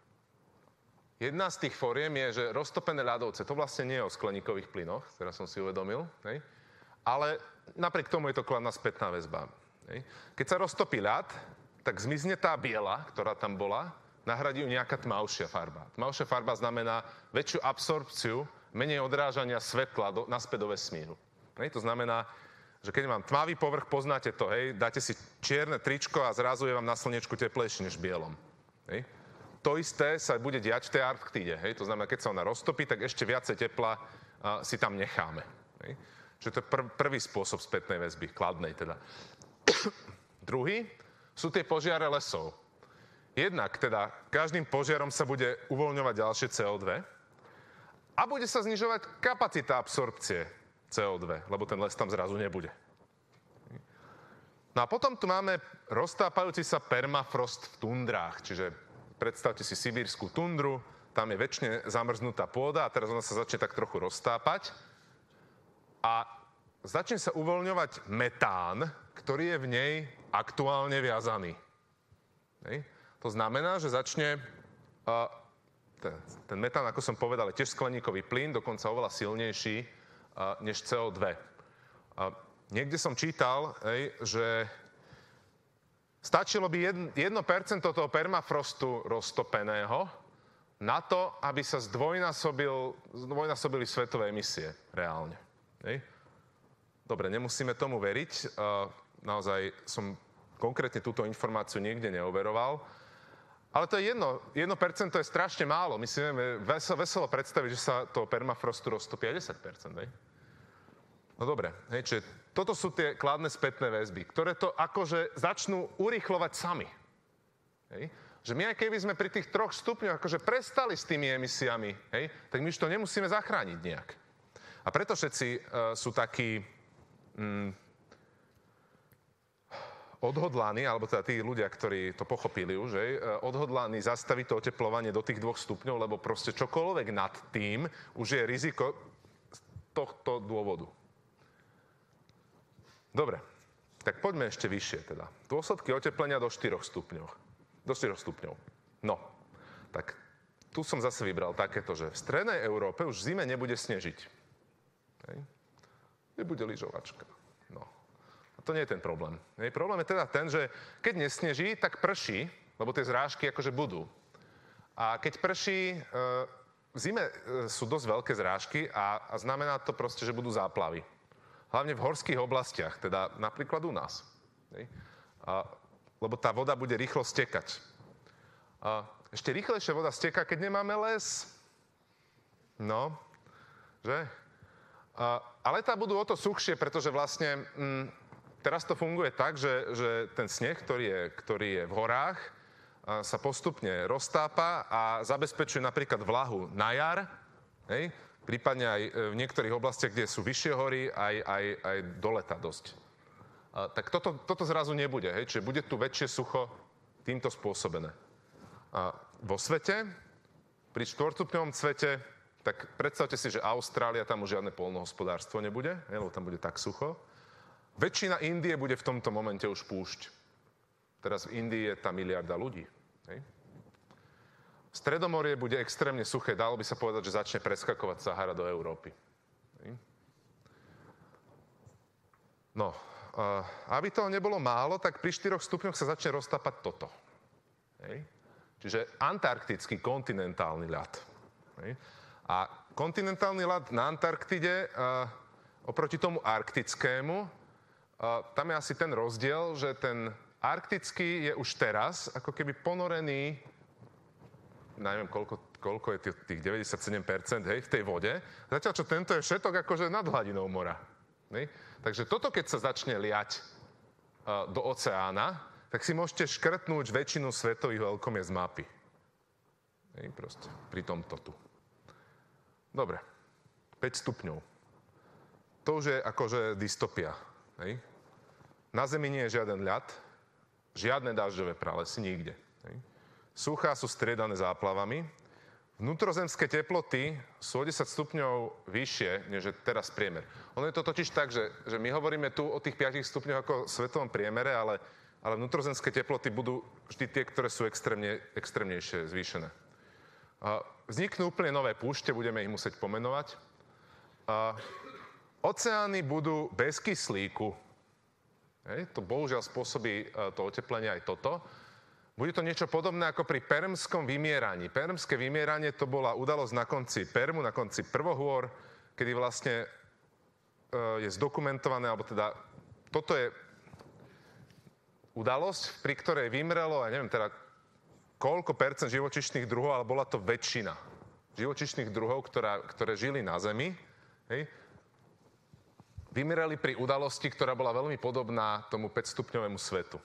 A: jedna z tých foriem je, že roztopené ľadovce, to vlastne nie je o skleníkových plynoch, teraz som si uvedomil, hej, ale napriek tomu je to kladná spätná väzba. Hej. Keď sa roztopí ľad, tak zmizne tá biela, ktorá tam bola, nahradí ju nejaká tmavšia farba. Tmavšia farba znamená väčšiu absorpciu, menej odrážania svetla do, naspäť do vesmíru. Hej, to znamená, že keď mám tmavý povrch, poznáte to, hej, dáte si čierne tričko a zrazu je vám na slnečku teplejšie než bielom. Hej. To isté sa bude diať v tej Arktíde. Hej. To znamená, keď sa ona roztopí, tak ešte viacej tepla uh, si tam necháme. Hej. Čiže to je prv, prvý spôsob spätnej väzby, kladnej teda. Druhý sú tie požiare lesov. Jednak teda každým požiarom sa bude uvoľňovať ďalšie cé ó dva a bude sa znižovať kapacita absorpcie cé ó dva, lebo ten les tam zrazu nebude. No a potom tu máme roztápajúci sa permafrost v tundrách, čiže predstavte si sibírskú tundru, tam je väčšine zamrznutá pôda a teraz ona sa začne tak trochu roztápať a začne sa uvoľňovať metán, ktorý je v nej aktuálne viazaný. Hej. To znamená, že začne uh, ten, ten metán, ako som povedal, je tiež skleníkový plyn, dokonca oveľa silnejší uh, než cé ó dva. Uh, niekde som čítal, hej, že stačilo by jedno percento toho permafrostu roztopeného na to, aby sa zdvojnásobil, zdvojnásobili svetové emisie reálne. Hej. Dobre, nemusíme tomu veriť. Uh, naozaj som konkrétne túto informáciu niekde neoveroval. Ale to je jedno. Jedno percento je strašne málo. My si vieme veselo, veselo predstaviť, že sa toho permafrostu roztopí aj desať percent. Hej? No dobre. Hej, čiže toto sú tie kladné spätné väzby, ktoré to akože začnú urýchlovať sami. Hej? Že my aj keby sme pri tých troch stupňoch akože prestali s tými emisiami, hej, tak my už to nemusíme zachrániť nejak. A preto všetci uh, sú takí mm, odhodlaní, alebo teda tí ľudia, ktorí to pochopili už, hej, odhodlaní zastaviť to oteplovanie do tých dvoch stupňov, lebo proste čokoľvek nad tým už je riziko z tohto dôvodu. Dobre, tak poďme ešte vyššie teda. Dôsledky oteplenia do štyroch stupňov. Do štyroch stupňov. No, tak tu som zase vybral takéto, že v strednej Európe už v zime nebude snežiť. Hej. Nebude lyžovačka. No. A to nie je ten problém. Hej. Problém je teda ten, že keď nesneží, tak prší, lebo tie zrážky akože budú. A keď prší, v zime sú dosť veľké zrážky a, a znamená to proste, že budú záplavy. Hlavne v horských oblastiach, teda napríklad u nás. Hej. A, lebo tá voda bude rýchlo stekať. A ešte rýchlejšia voda steká, keď nemáme les. No, Že? A, a letá budú o to suchšie, pretože vlastne mm, teraz to funguje tak, že, že ten sneh, ktorý je, ktorý je v horách, a, sa postupne roztápa a zabezpečuje napríklad vlahu na jar, hej? Prípadne aj v niektorých oblastiach, kde sú vyššie hory, aj, aj, aj do leta dosť. A, tak toto, toto zrazu nebude, hej? Čiže bude tu väčšie sucho týmto spôsobené. A vo svete, pri štvorstupňovom svete, tak predstavte si, že Austrália, tam už žiadne poľnohospodárstvo nebude, lebo tam bude tak sucho. Väčšina Indie bude v tomto momente už púšť. Teraz v Indii je tá miliarda ľudí. Hej. Stredomorie bude extrémne suché, dalo by sa povedať, že začne preskakovať Sahara do Európy. Hej. No, uh, aby toho nebolo málo, tak pri štyroch stupňoch sa začne roztápať toto. Hej. Čiže antarktický kontinentálny ľad. Hej. A kontinentálny ľad na Antarktide uh, oproti tomu arktickému, uh, tam je asi ten rozdiel, že ten arktický je už teraz ako keby ponorený, neviem koľko, koľko je tých, tých deväťdesiatsedem percent, hej, v tej vode, zatiaľ čo tento je všetok akože nad hladinou mora. Hej. Takže toto, keď sa začne liať uh, do oceána, tak si môžete škrtnúť väčšinu svetových veľkomiest z mapy. Hej, proste, pri tomto tu. Dobre, päť stupňov. To už je akože dystopia. Hej. Na Zemi nie je žiaden ľad, žiadne dažďové pralesy, nikde. Hej. Suchá sú striedané záplavami. Vnútrozemské teploty sú o desať stupňov vyššie, než je teraz priemer. Ono je to totiž tak, že, že my hovoríme tu o tých päť stupňoch ako svetovom priemere, ale, ale vnútrozemské teploty budú vždy tie, ktoré sú extrémne, extrémnejšie zvýšené. Vzniknú úplne nové púšte, budeme ich musieť pomenovať. Oceány budú bez kyslíku. Hej, to bohužiaľ spôsobí to oteplenie aj toto. Bude to niečo podobné ako pri permskom vymieraní. Permské vymieranie to bola udalosť na konci Permu, na konci prvohôr, kedy vlastne je zdokumentované, alebo teda toto je udalosť, pri ktorej vymrelo, ja neviem teda, koľko percent živočíšnych druhov, ale bola to väčšina živočíšnych druhov, ktorá, ktoré žili na Zemi, hej, vymierali pri udalosti, ktorá bola veľmi podobná tomu päťstupňovému svetu.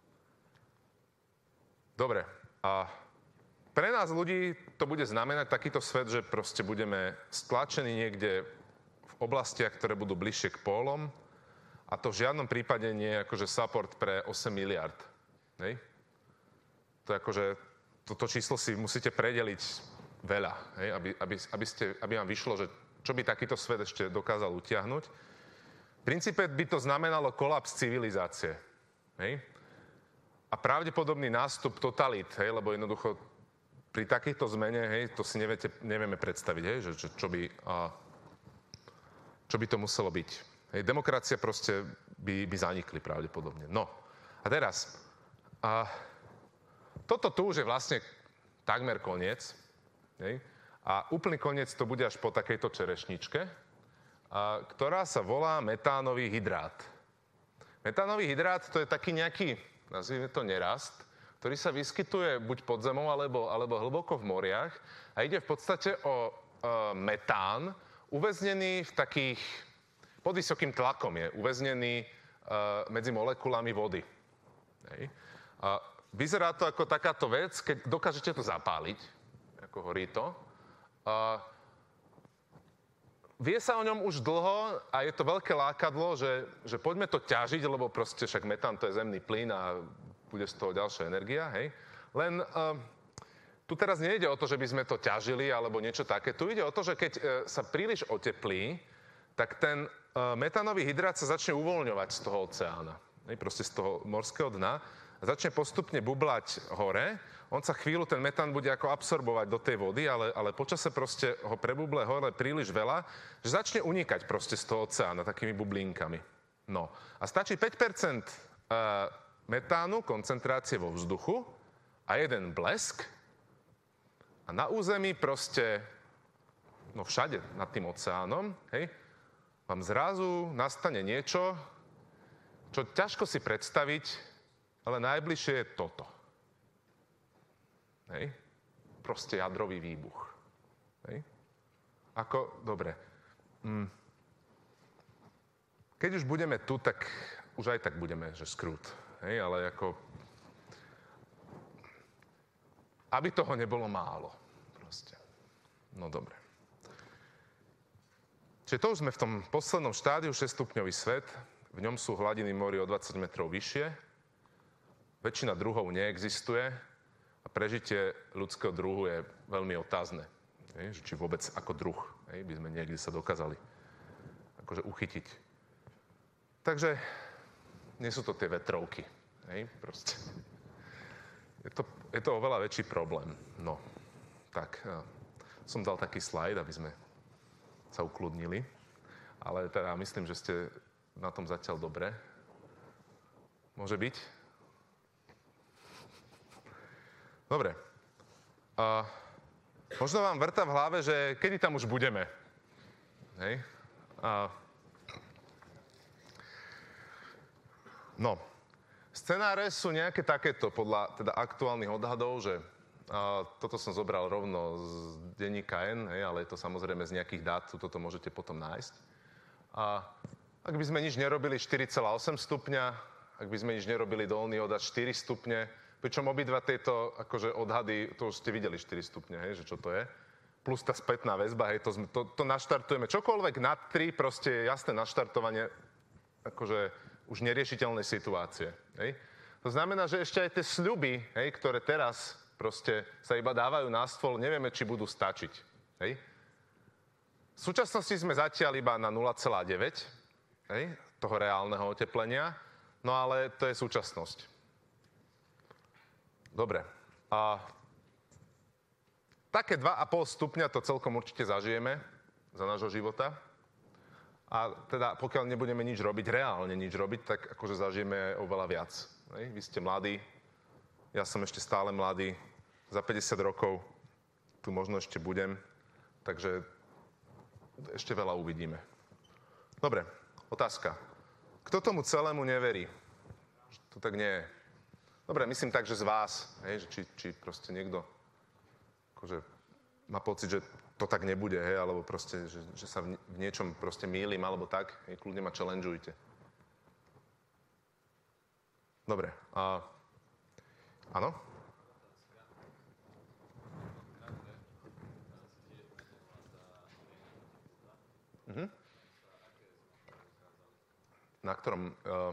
A: Dobre, a pre nás ľudí to bude znamenať takýto svet, že proste budeme stlačení niekde v oblastiach, ktoré budú bližšie k pólom, a to v žiadnom prípade nie je akože support pre osem miliárd. Hej? To je akože toto číslo si musíte predeliť veľa, hej, aby, aby, aby, ste, aby vám vyšlo, že čo by takýto svet ešte dokázal utiahnuť. V princípe by to znamenalo kolaps civilizácie. Hej. A pravdepodobný nástup totalít, hej, lebo jednoducho pri takýchto zmene, hej, to si neviete, nevieme predstaviť, hej, že, že čo, by, a, čo by to muselo byť. Hej, demokracia proste by, by zanikli pravdepodobne. No, a teraz... A, Toto tu už je vlastne takmer koniec. Hej? A úplný koniec to bude až po takejto čerešničke, a, ktorá sa volá metánový hydrát. Metánový hydrát to je taký nejaký, nazvime to nerast, ktorý sa vyskytuje buď pod zemou, alebo, alebo hlboko v moriach a ide v podstate o e, metán, uväznený v takých, pod vysokým tlakom je uväznený e, medzi molekulami vody. Hej? A, Vyzerá to ako takáto vec, keď dokážete to zapáliť, ako horí to. Uh, vie sa o ňom už dlho a je to veľké lákadlo, že, že poďme to ťažiť, lebo proste však metán to je zemný plyn a bude z toho ďalšia energia, hej. Len uh, tu teraz nejde o to, že by sme to ťažili alebo niečo také. Tu ide o to, že keď uh, sa príliš oteplí, tak ten uh, metánový hydrát sa začne uvoľňovať z toho oceána, hej, proste z toho morského dna. Začne postupne bublať hore, on sa chvíľu, ten metán bude ako absorbovať do tej vody, ale, ale počase proste ho prebuble hore príliš veľa, že začne unikať proste z toho oceána takými bublinkami. No a stačí päť percent metánu, koncentrácie vo vzduchu a jeden blesk a na území proste, no všade nad tým oceánom, hej, vám zrazu nastane niečo, čo ťažko si predstaviť, ale najbližšie je toto. Hej? Proste jadrový výbuch. Hej? Ako, dobre. mm, keď už budeme tu, tak už aj tak budeme, že screwed. Hej, ale ako... Aby toho nebolo málo. Proste. No dobre. Čiže to už sme v tom poslednom štádiu, šesťstupňový svet. V ňom sú hladiny mori o dvadsať metrov vyššie. Väčšina druhov neexistuje a prežitie ľudského druhu je veľmi otázne. Hej, či vôbec ako druh hej, by sme niekde sa dokázali akože uchytiť. Takže nie sú to tie vetrovky. Hej, proste. Je to, je to oveľa väčší problém. No, tak ja som dal taký slajd, aby sme sa ukludnili. Ale teda myslím, že ste na tom zatiaľ dobre. Môže byť? Dobre. A možno vám vrta v hlave, že kedy tam už budeme. Hej? A... No. Scenáre sú nejaké takéto, podľa teda aktuálnych odhadov, že a, toto som zobral rovno z denníka N, hej, ale je to samozrejme z nejakých dát, toto môžete potom nájsť. A ak by sme nič nerobili štyri celé osem stupňa, ak by sme nič nerobili dolný odhad štyri stupne, pričom obidva tieto akože odhady, to už ste videli štyri stupne, hej, že čo to je, plus tá spätná väzba, hej, to, to, to naštartujeme. Čokoľvek nad tri, proste je jasné naštartovanie, akože už neriešiteľnej situácie. Hej. To znamená, že ešte aj tie sľuby, hej, ktoré teraz proste sa iba dávajú na stôl, nevieme, či budú stačiť. Hej. V súčasnosti sme zatiaľ iba na nula celá deväť hej, toho reálneho oteplenia, no ale to je súčasnosť. Dobre. A také dva a pol stupňa to celkom určite zažijeme za nášho života. A teda pokiaľ nebudeme nič robiť, reálne nič robiť, tak akože zažijeme oveľa viac. Hej? Vy ste mladí, ja som ešte stále mladý, za päťdesiat rokov tu možno ešte budem, takže ešte veľa uvidíme. Dobre, otázka. Kto tomu celému neverí? To tak nie je. Dobre, myslím tak, že z vás, hej? Že či, či proste niekto akože má pocit, že to tak nebude, hej, alebo proste, že, že sa v niečom proste mýlim, alebo tak, hej, kľudne ma challengeujte. Dobre, a... Áno? Mhm. Na ktorom... Uh...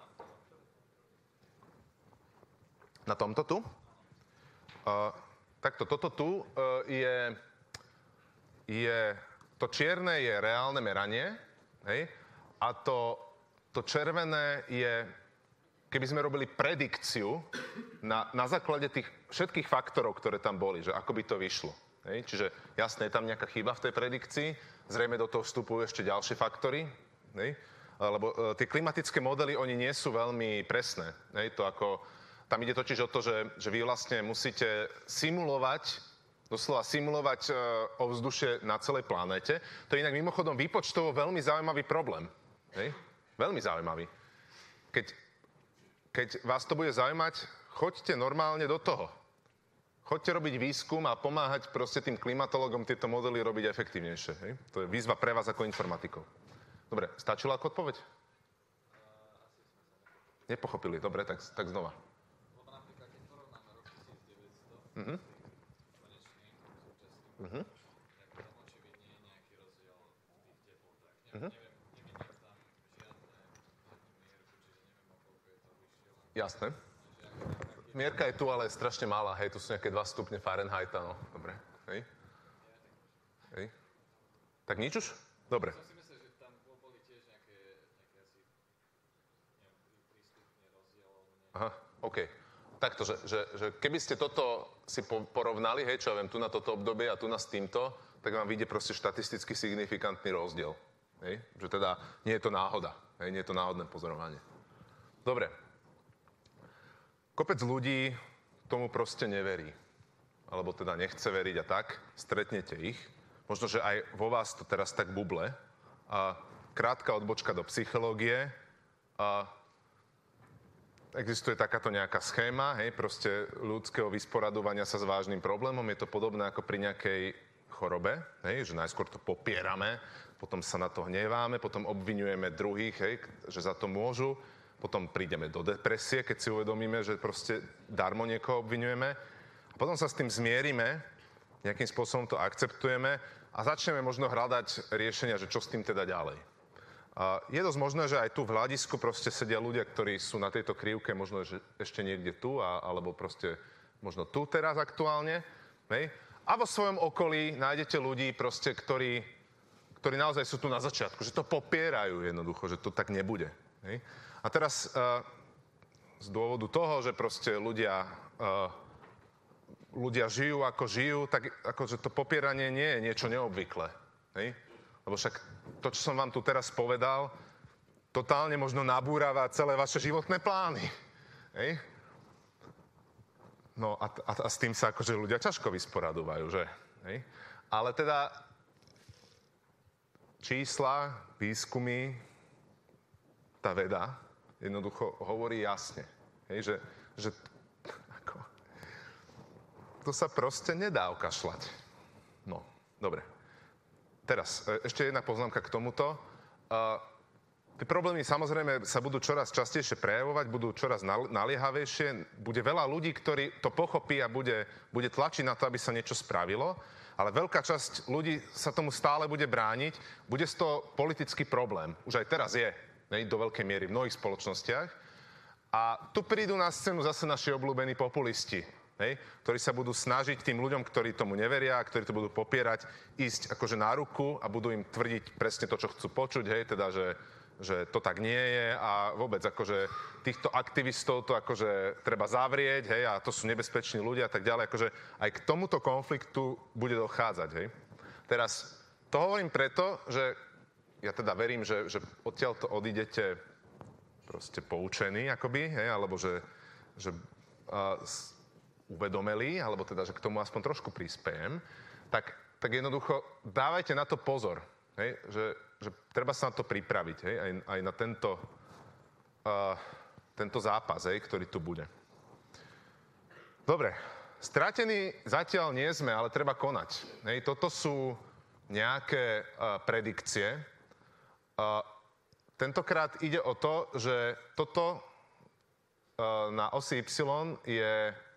A: Na tomto tu? Uh, takto, toto tu uh, je... je, to čierne je reálne meranie, hej? A to, to červené je, keby sme robili predikciu na, na základe tých všetkých faktorov, ktoré tam boli, že ako by to vyšlo. Hej? Čiže jasné, je tam nejaká chyba v tej predikcii, zrejme do toho vstupujú ešte ďalšie faktory, hej? Lebo e, tie klimatické modely, oni nie sú veľmi presné. Hej? To ako, tam ide totiž o to, že, že vy vlastne musíte simulovať doslova simulovať e, ovzdušie na celej planéte. To je inak mimochodom výpočtovo veľmi zaujímavý problém. Hej? Veľmi zaujímavý. Keď, keď vás to bude zaujímať, choďte normálne do toho. Choďte robiť výskum a pomáhať proste tým klimatologom tieto modely robiť efektívnejšie. Hej? To je výzva pre vás ako informatikov. Dobre, stačilo ako odpoveď? Nepochopili. Dobre, tak, tak znova.
B: Lebo napríklad, keď porovnáme rok tisícdeväťsto,
A: Mhm. Uh-huh.
B: tak tam očividne je nejaký rozdiel v tých teplotách. Ne,
A: Uh-huh.
B: neviem, nevidím tam žiadne, žiadnu mierku, čiže neviem, o koľko je to vyššie.
A: Jasné. Mierka je tu, ale je strašne malá. Hej, tu sú nejaké dva stupne Fahrenheita, no. Dobre. Hej. Hej. Tak nič už? Dobre.
B: Som si myslel, že tam boli tiež nejaké, nejaké asi, neviem, tri stupne rozdielov.
A: Aha, OK. Takto, že, že, že keby ste toto si po, porovnali, hej, čo ja viem, tu na toto obdobie a tu na s týmto, tak vám vyjde proste štatisticky signifikantný rozdiel. Hej? Že teda nie je to náhoda. Hej? Nie je to náhodné pozorovanie. Dobre. Kopec ľudí tomu proste neverí. Alebo teda nechce veriť a tak. Stretnete ich. Možno, že aj vo vás to teraz tak buble. A krátka odbočka do psychológie. A existuje takáto nejaká schéma, hej, proste ľudského vysporadovania sa s vážnym problémom. Je to podobné ako pri nejakej chorobe, hej, že najskôr to popierame, potom sa na to hneváme, potom obviňujeme druhých, hej, že za to môžu, potom prídeme do depresie, keď si uvedomíme, že proste darmo niekoho obviňujeme a potom sa s tým zmierime, nejakým spôsobom to akceptujeme a začneme možno hľadať riešenia, že čo s tým teda ďalej. A je dosť možné, že aj tu v hľadisku proste sedia ľudia, ktorí sú na tejto krivke, možno že ešte niekde tu, a, alebo proste možno tu teraz aktuálne. Hej? A vo svojom okolí nájdete ľudí, proste, ktorí, ktorí naozaj sú tu na začiatku, že to popierajú jednoducho, že to tak nebude. Hej? A teraz uh, z dôvodu toho, že proste ľudia, uh, ľudia žijú ako žijú, tak akože to popieranie nie je niečo neobvyklé. Hej? Lebo však to, čo som vám tu teraz povedal, totálne možno nabúrava celé vaše životné plány. Hej? No a, a, a s tým sa akože ľudia ťažko vysporadovajú, že? Hej? Ale teda čísla, výskumy, tá veda jednoducho hovorí jasne. Hej? Že, že ako, to sa proste nedá okašľať. No, dobre. Teraz, ešte jedna poznámka k tomuto. Uh, tie problémy samozrejme sa budú čoraz častejšie prejavovať, budú čoraz naliehavejšie. Bude veľa ľudí, ktorí to pochopí a bude, bude tlačiť na to, aby sa niečo spravilo. Ale veľká časť ľudí sa tomu stále bude brániť. Bude z toho politický problém. Už aj teraz je, ne, do veľkej miery v mnohých spoločnostiach. A tu prídu na scénu zase naši obľúbení populisti. Hej, ktorí sa budú snažiť tým ľuďom, ktorí tomu neveria, ktorí to budú popierať, ísť akože na ruku a budú im tvrdiť presne to, čo chcú počuť, hej, teda, že, že to tak nie je a vôbec akože týchto aktivistov to akože treba zavrieť, hej, a to sú nebezpeční ľudia a tak ďalej, akože aj k tomuto konfliktu bude dochádzať, hej. Teraz, to hovorím preto, že ja teda verím, že, že odtiaľto odídete proste poučení, akoby, hej, alebo že, že uh, uvedomili, alebo teda, že k tomu aspoň trošku prispejem, tak, tak jednoducho dávajte na to pozor, hej? Že, že treba sa na to pripraviť, hej? Aj, aj na tento, uh, tento zápas, hej? Ktorý tu bude. Dobre, stratení zatiaľ nie sme, ale treba konať. Hej? Toto sú nejaké uh, predikcie. Uh, tentokrát ide o to, že toto uh, na osi Y je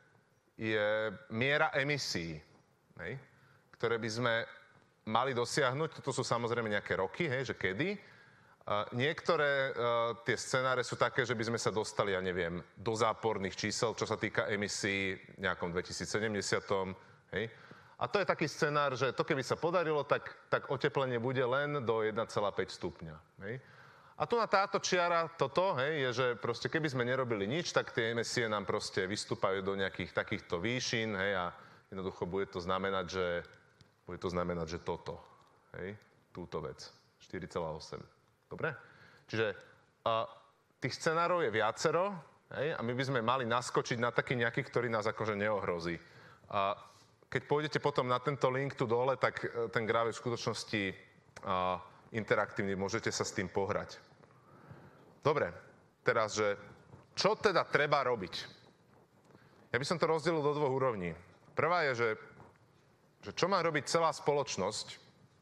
A: je miera emisí, hej, ktoré by sme mali dosiahnuť. Toto sú samozrejme nejaké roky, hej, že kedy. Uh, niektoré uh, tie scenáre sú také, že by sme sa dostali, ja neviem, do záporných čísel, čo sa týka emisí v nejakom dvetisícsedemdesiat. Hej. A to je taký scenár, že to keby sa podarilo, tak, tak oteplenie bude len do jeden celá päť stupňa. Hej. A tu na táto čiara toto, hej, je, že proste keby sme nerobili nič, tak tie emisie nám proste vystúpajú do nejakých takýchto výšin, hej, a jednoducho bude to znamenať, že bude to znamenať, že toto, hej, túto vec, štyri celá osem. Dobre? Čiže a, tých scenárov je viacero, hej, a my by sme mali naskočiť na taký nejaký, ktorý nás akože neohrozí. A keď pôjdete potom na tento link tu dole, tak ten graf je v skutočnosti a, interaktívny, môžete sa s tým pohrať. Dobre, teraz, že čo teda treba robiť? Ja by som to rozdelil do dvoch úrovní. Prvá je, že, že čo má robiť celá spoločnosť,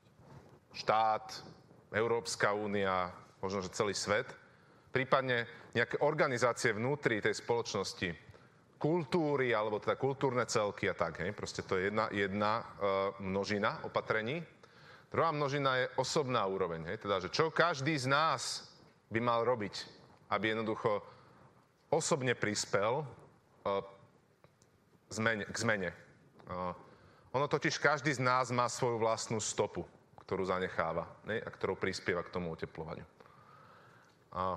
A: štát, Európska únia, možno, že celý svet, prípadne nejaké organizácie vnútri tej spoločnosti, kultúry, alebo teda kultúrne celky a tak, hej. Proste to je jedna, jedna uh, množina opatrení. Druhá množina je osobná úroveň, hej? Teda, že čo každý z nás by mal robiť, aby jednoducho osobne prispel uh, zmene, k zmene. Uh, ono totiž každý z nás má svoju vlastnú stopu, ktorú zanecháva, hej? A ktorou prispieva k tomu oteplovaniu. Uh,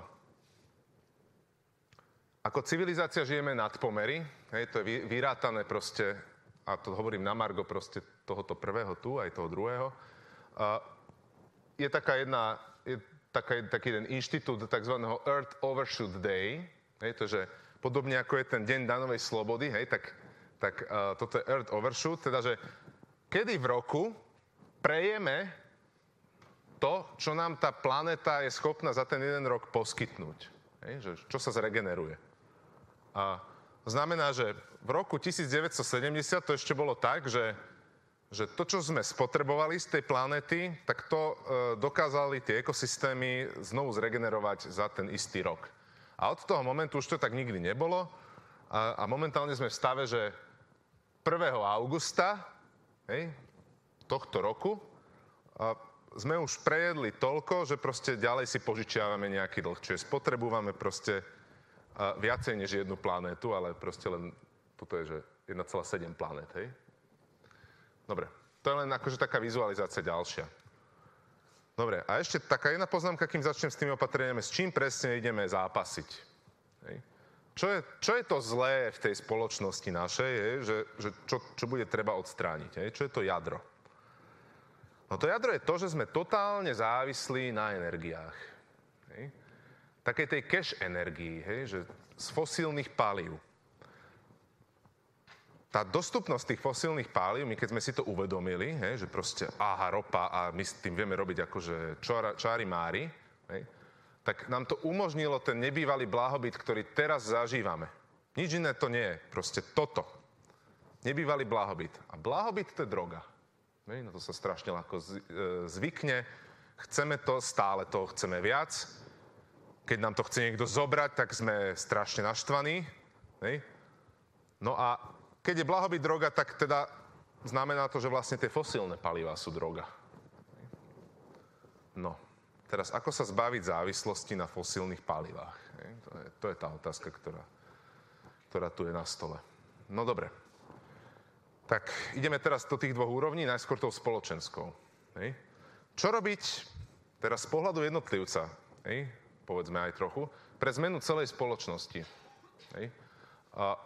A: ako civilizácia žijeme nad pomery, hej? To je vyrátané proste, a to hovorím na margo proste tohoto prvého tu, aj toho druhého. Uh, je taká jedna, je taká, taký jeden inštitút takzvaného Earth Overshoot Day, hej, to, že podobne ako je ten deň danovej slobody, hej, tak, tak uh, toto je Earth Overshoot, teda, že kedy v roku prejeme to, čo nám tá planéta je schopná za ten jeden rok poskytnúť, hej, že, čo sa zregeneruje. A znamená, že v roku devätnásťsedemdesiat to ešte bolo tak, že že to, čo sme spotrebovali z tej planéty, tak to e, dokázali tie ekosystémy znovu zregenerovať za ten istý rok. A od toho momentu už to tak nikdy nebolo a, a momentálne sme v stave, že prvého augusta hej, tohto roku a sme už prejedli toľko, že proste ďalej si požičiavame nejaký dlh. Čiže spotrebujeme proste a, viacej než jednu planétu, ale proste len, toto je, že jeden celá sedem planét, hej. Dobre, to je len akože taká vizualizácia ďalšia. Dobre, a ešte taká jedna poznámka, kým začnem s tými opatreniami, s čím presne ideme zápasiť. Hej. Čo je, čo je to zlé v tej spoločnosti našej, je, že, že čo, čo bude treba odstrániť? Hej? Čo je to jadro? No to jadro je to, že sme totálne závislí na energiách. Hej? Takej tej cash energii, hej? Že z fosílnych palív. Tá dostupnosť tých fosílnych palív, my keď sme si to uvedomili, hej, že proste aha, ropa a my s tým vieme robiť akože čári mári, hej, tak nám to umožnilo ten nebývalý blahobyt, ktorý teraz zažívame. Nič iné to nie je, proste toto. Nebývalý blahobyt. A blahobyt to je droga. Hej, no to sa strašne ľahko zvykne. Chceme to, stále toho chceme viac. Keď nám to chce niekto zobrať, tak sme strašne naštvaní. Hej. No a keď je blahobyt droga, tak teda znamená to, že vlastne tie fosílne palivá sú droga. No, teraz ako sa zbaviť závislosti na fosílnych palivách? To je, to je tá otázka, ktorá, ktorá tu je na stole. No dobre. Tak ideme teraz do tých dvoch úrovní, najskôr tou spoločenskou. Hej. Čo robiť teraz z pohľadu jednotlivca, hej, povedzme aj trochu, pre zmenu celej spoločnosti? Hej. A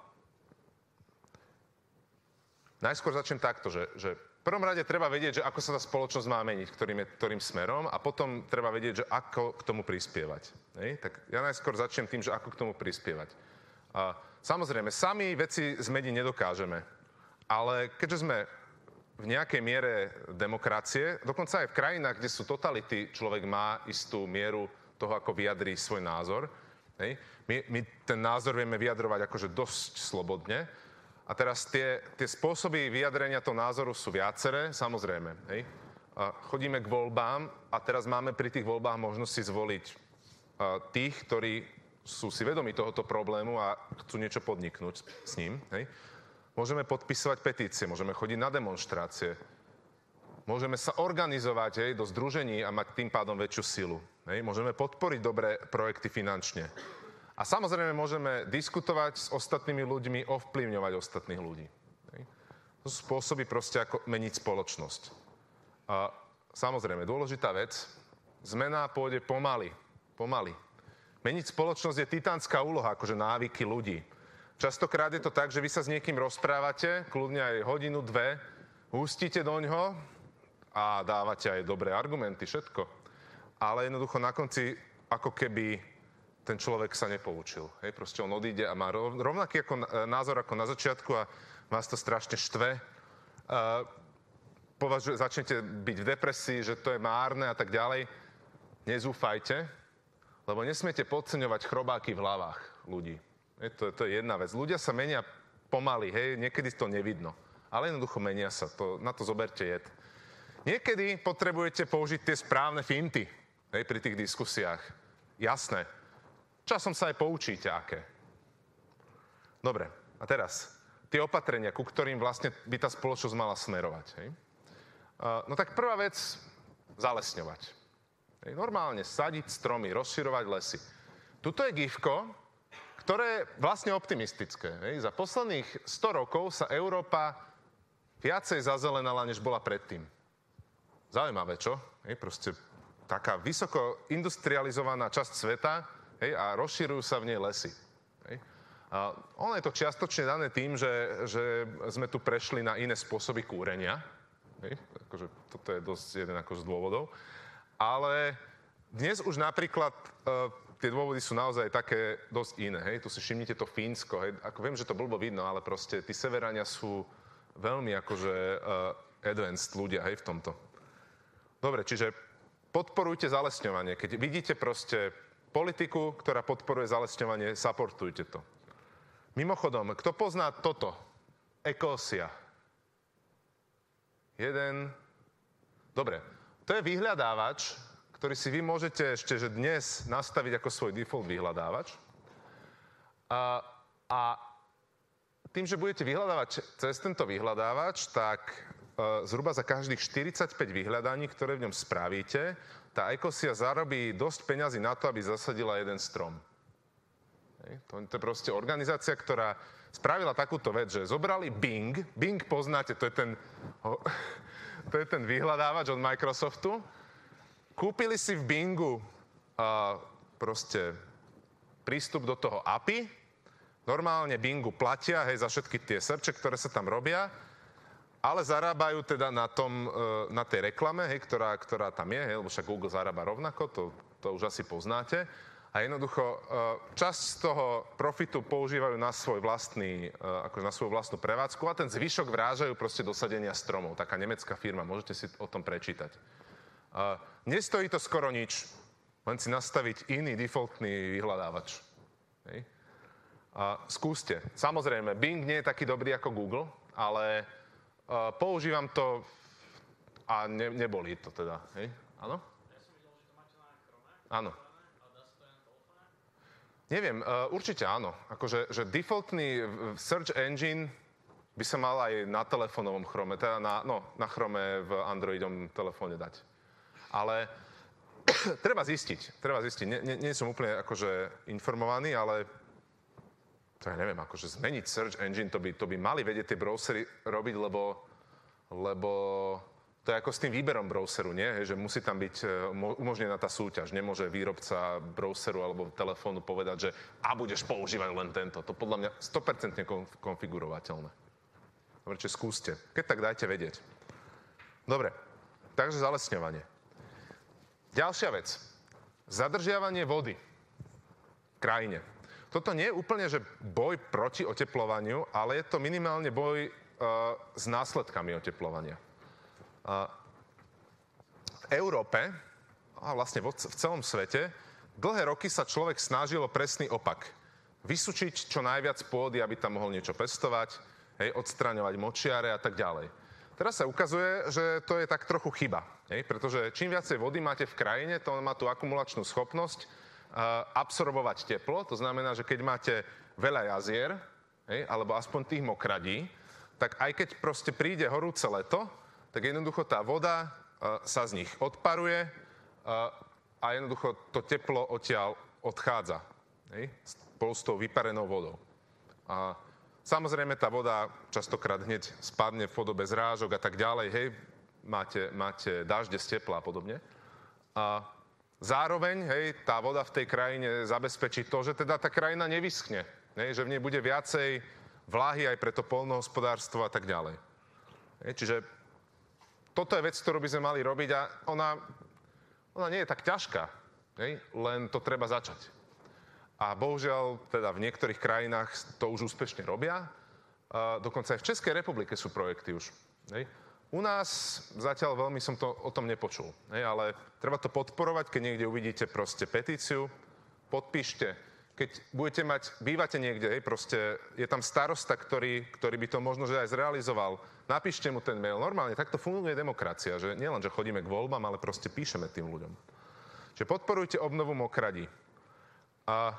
A: najskôr začnem takto, že, že v prvom rade treba vedieť, že ako sa tá spoločnosť má meniť, ktorým, je, ktorým smerom, a potom treba vedieť, že ako k tomu prispievať. Hej? Tak ja najskôr začnem tým, že ako k tomu prispievať. A samozrejme, sami veci zmeniť nedokážeme, ale keďže sme v nejakej miere demokracie, dokonca aj v krajinách, kde sú totality, človek má istú mieru toho, ako vyjadrí svoj názor. Hej? My, my ten názor vieme vyjadrovať akože dosť slobodne. A teraz tie, tie spôsoby vyjadrenia toho názoru sú viaceré, samozrejme. Hej. A chodíme k voľbám a teraz máme pri tých voľbách možnosť si zvoliť a, tých, ktorí sú si vedomi tohoto problému a chcú niečo podniknúť s ním. Hej. Môžeme podpisovať petície, môžeme chodiť na demonštrácie, môžeme sa organizovať hej, do združení a mať tým pádom väčšiu silu. Hej. Môžeme podporiť dobré projekty finančne. A samozrejme môžeme diskutovať s ostatnými ľuďmi, ovplyvňovať ostatných ľudí. To sú spôsoby proste, ako meniť spoločnosť. A samozrejme, dôležitá vec, zmena pôjde pomaly. Pomaly. Meniť spoločnosť je titánska úloha, akože návyky ľudí. Častokrát je to tak, že vy sa s niekým rozprávate, kľudne aj hodinu, dve, hustíte doňho a dávate aj dobré argumenty, všetko. Ale jednoducho na konci, ako keby ten človek sa nepoučil. Hej, proste on odíde a má rovnaký ako názor ako na začiatku a vás to strašne štve. Uh, považuje, začnete byť v depresii, že to je márne a tak ďalej. Nezúfajte, lebo nesmiete podceňovať chrobáky v hlavách ľudí. Hej, to, to je jedna vec. Ľudia sa menia pomaly, hej, niekedy to nevidno. Ale jednoducho menia sa, to, na to zoberte jed. Niekedy potrebujete použiť tie správne finty, hej, pri tých diskusiách. Jasné. Časom sa aj poučíte, aké. Dobre, a teraz tie opatrenia, ku ktorým vlastne by tá spoločnosť mala smerovať. Hej? Uh, no tak prvá vec, zalesňovať. Hej? Normálne sadiť stromy, rozširovať lesy. Tuto je gifko, ktoré je vlastne optimistické. Hej? Za posledných sto rokov sa Európa viacej zazelenala, než bola predtým. Zaujímavé, čo? Hej? Proste taká vysoko industrializovaná časť sveta, hej, a rozširujú sa v nej lesy. Hej. A ono je to čiastočne dané tým, že, že sme tu prešli na iné spôsoby kúrenia. Hej. Akože, toto je dosť jeden ako z dôvodov. Ale dnes už napríklad uh, tie dôvody sú naozaj také dosť iné. Hej. Tu si všimnite to Fínsko. Hej. Ako viem, že to blbo vidno, ale proste tí severania sú veľmi akože uh, advanced ľudia, hej, v tomto. Dobre, čiže podporujte zalesňovanie. Keď vidíte proste politiku, ktorá podporuje zalesňovanie, supportujte to. Mimochodom, kto pozná toto? Ecosia. jeden. Dobre, to je vyhľadávač, ktorý si vy môžete ešte že dnes nastaviť ako svoj default vyhľadávač. A, a tým, že budete vyhľadávať cez tento vyhľadávač, tak uh, zhruba za každých štyridsaťpäť vyhľadaní, ktoré v ňom spravíte, tá Ecosia zarobí dosť peňazí na to, aby zasadila jeden strom. Hej. To, to je proste organizácia, ktorá spravila takúto vec, že zobrali Bing. Bing poznáte, to je ten, oh, to je ten vyhľadávač od Microsoftu. Kúpili si v Bingu uh, proste prístup do toho á pé í. Normálne Bingu platia, hej, za všetky tie searche, ktoré sa tam robia, ale zarábajú teda na tom, uh, na tej reklame, hej, ktorá, ktorá tam je, hej, lebo však Google zarába rovnako, to, to už asi poznáte. A jednoducho uh, časť z toho profitu používajú na svoj vlastný, uh, ako na svoju vlastnú prevádzku a ten zvyšok vrážajú proste do sadenia stromov. Taká nemecká firma, môžete si o tom prečítať. Uh, nestojí to skoro nič, len si nastaviť iný defaultný vyhľadávač. Hej. Uh, skúste. Samozrejme, Bing nie je taký dobrý ako Google, ale uh, používam to a ne, nebolí to teda. Hej. Áno?
C: Ja som videl, že to máte na Chrome.
A: Áno.
C: A dá sa to aj na telefóne?
A: Neviem, uh, určite áno. Akože, že defaultný search engine by sa mal aj na telefónovom Chrome, teda na, no, na Chrome v Androidom telefóne dať. Ale treba zistiť, treba zistiť. Nie, nie, nie som úplne akože informovaný, ale to ja neviem, akože zmeniť search engine, to by, to by mali vedieť tie browsery robiť, lebo, lebo to je ako s tým výberom browseru, nie? Hej, že musí tam byť umožnená tá súťaž. Nemôže výrobca browseru alebo telefónu povedať, že a budeš používať len tento. To podľa mňa sto percent konfigurovateľné. Dobre, čiže skúste. Keď tak dajte vedieť. Dobre, takže zalesňovanie. Ďalšia vec. Zadržiavanie vody v krajine. Toto nie je úplne, že boj proti oteplovaniu, ale je to minimálne boj uh, s následkami oteplovania. Uh, v Európe, a vlastne v celom svete, dlhé roky sa človek snažil o presný opak. Vysučiť čo najviac pôdy, aby tam mohol niečo pestovať, hej, odstraňovať močiare a tak ďalej. Teraz sa ukazuje, že to je tak trochu chyba, hej, pretože čím viacej vody máte v krajine, to má tú akumulačnú schopnosť uh, absorbovať teplo. To znamená, že keď máte veľa jazier, hej, alebo aspoň tých mokradí, tak aj keď proste príde horúce leto, tak jednoducho tá voda uh, sa z nich odparuje uh, a jednoducho to teplo odtiaľ odchádza, hej, spolu s tou vyparenou vodou. A samozrejme, tá voda častokrát hneď spadne v podobe zrážok a tak ďalej, hej, máte, máte dažde z tepla a podobne. A zároveň, hej, tá voda v tej krajine zabezpečí to, že teda tá krajina nevyschne, hej, že v nej bude viacej vláhy aj pre to poľnohospodárstvo a tak ďalej. Hej, čiže toto je vec, ktorú by sme mali robiť a ona, ona nie je tak ťažká, hej, len to treba začať. A bohužiaľ, teda v niektorých krajinách to už úspešne robia. Uh, dokonca aj v Českej republike sú projekty už. Hej. U nás zatiaľ veľmi som to o tom nepočul. Hej, ale treba to podporovať, keď niekde uvidíte proste petíciu, podpíšte. Keď budete mať, bývate niekde, hej, proste je tam starosta, ktorý, ktorý by to možno že aj zrealizoval. Napíšte mu ten mail. Normálne, takto funguje demokracia, že nielen, že chodíme k voľbám, ale proste píšeme tým ľuďom. Čiže podporujte obnovu mokradí. A,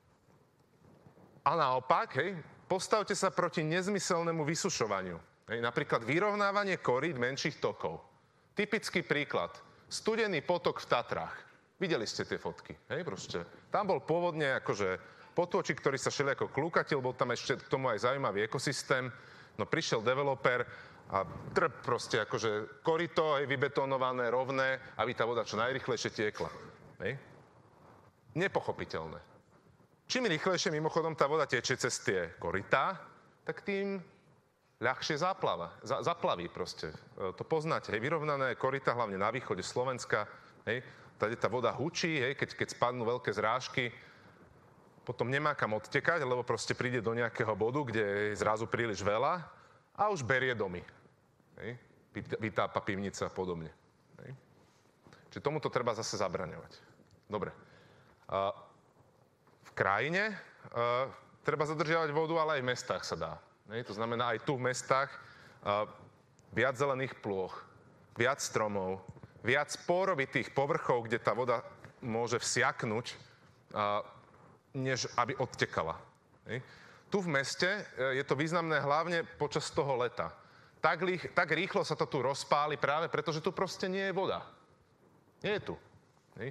A: a naopak, hej, postavte sa proti nezmyselnému vysušovaniu. Hej, napríklad vyrovnávanie korít menších tokov. Typický príklad. Studený potok v Tatrách. Videli ste tie fotky, hej, proste. Tam bol pôvodne akože potôčik, ktorý sa všelijako klúkatil, bol tam ešte k tomu aj zaujímavý ekosystém. No prišiel developer a trp proste akože korito, hej, vybetonované, rovné, aby tá voda čo najrýchlejšie tiekla. Hej. Nepochopiteľné. Čím rýchlejšie mimochodom tá voda tečie cez tie korytá, tak tým ľahšie zaplava, za, zaplaví proste. E, to poznáte, hej, vyrovnané korytá, hlavne na východe Slovenska, hej, tady tá voda hučí, hej, keď, keď spadnú veľké zrážky, potom nemá kam odtekať, lebo proste príde do nejakého bodu, kde je zrazu príliš veľa a už berie domy. Hej, vytápa pivnice a podobne. Hej. Čiže tomuto treba zase zabraňovať. Dobre. Uh, v krajine uh, treba zadržiavať vodu, ale aj v mestách sa dá. Hej? To znamená, aj tu v mestách uh, viac zelených plôch, viac stromov, viac porovitých povrchov, kde tá voda môže vsiaknúť, a, než aby odtekala. Hej. Tu v meste je to významné hlavne počas toho leta. Tak, lých, tak rýchlo sa to tu rozpáli práve preto, že tu proste nie je voda. Nie je tu. Hej.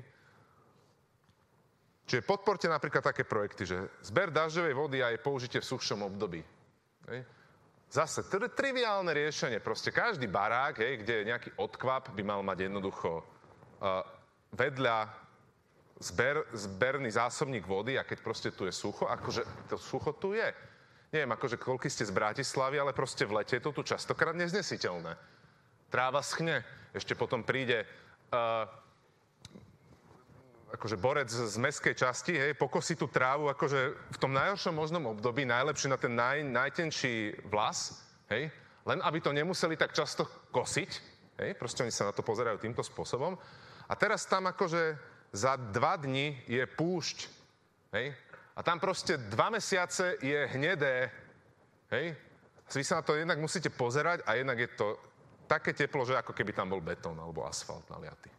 A: Čiže podporte napríklad také projekty, že zber dažďovej vody a jej použitie v suchšom období. Hej. Zase, to je triviálne riešenie. Proste každý barák, hej, kde je nejaký odkvap, by mal mať jednoducho uh, vedľa zber, zberný zásobník vody a keď proste tu je sucho, akože to sucho tu je. Neviem, akože koľko ste z Bratislavy, ale proste v lete je to tu častokrát neznesiteľné. Tráva schne, ešte potom príde uh, akože borec z mestskej časti, hej, pokosí tú trávu akože v tom najhoršom možnom období, najlepšie na ten naj, najtenší vlas, hej, len aby to nemuseli tak často kosiť, hej, proste oni sa na to pozerajú týmto spôsobom. A teraz tam akože za dva dni je púšť, hej, a tam proste dva mesiace je hnedé, hej, vy sa na to jednak musíte pozerať a jednak je to také teplo, že ako keby tam bol betón alebo asfalt naliatý.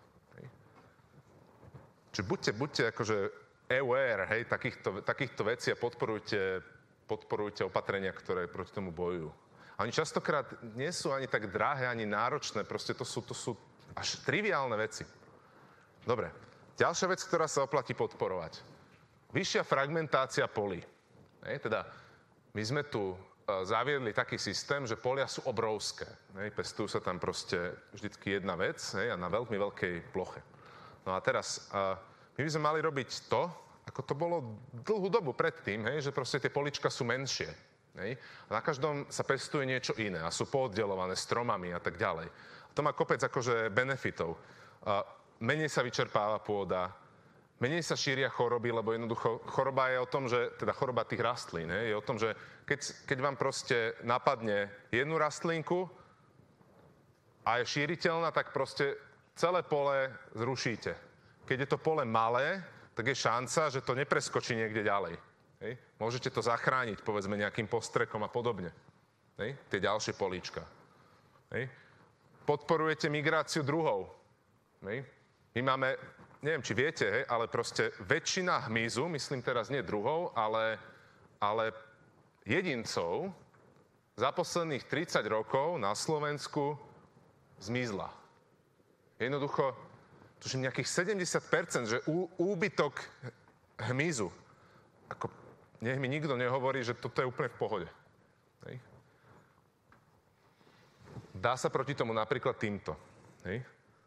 A: Čiže buďte, buďte akože aware, hej, takýchto, takýchto vecí a podporujte, podporujte opatrenia, ktoré proti tomu bojujú. A oni častokrát nie sú ani tak drahé, ani náročné, proste to sú, to sú až triviálne veci. Dobre, ďalšia vec, ktorá sa oplatí podporovať. Vyššia fragmentácia polí. Hej, teda my sme tu uh, zaviedli taký systém, že polia sú obrovské. Hej, pestujú sa tam proste vždycky jedna vec, hej, a na veľmi veľkej ploche. No a teraz, uh, my by sme mali robiť to, ako to bolo dlhú dobu predtým, hej, že proste tie polička sú menšie. Hej, a na každom sa pestuje niečo iné a sú pooddelované stromami a tak ďalej. A to má kopec akože benefitov. Uh, menej sa vyčerpáva pôda, menej sa šíria choroby, lebo jednoducho choroba je o tom, že, teda choroba tých rastlín, hej, je o tom, že keď, keď vám proste napadne jednu rastlinku a je šíriteľná, tak proste celé pole zrušíte. Keď je to pole malé, tak je šanca, že to nepreskočí niekde ďalej. Hej. Môžete to zachrániť, povedzme, nejakým postrekom a podobne. Hej. Tie ďalšie políčka. Hej. Podporujete migráciu druhov. Hej. My máme, neviem, či viete, hej, ale proste väčšina hmyzu, myslím teraz nie druhov, ale, ale jedincov za posledných tridsať rokov na Slovensku zmizla. Jednoducho, tuším nejakých sedemdesiat percent, že ú, úbytok hmyzu. Ako, nech mi nikto nehovorí, že toto je úplne v pohode. Hej. Dá sa proti tomu napríklad týmto. Hej.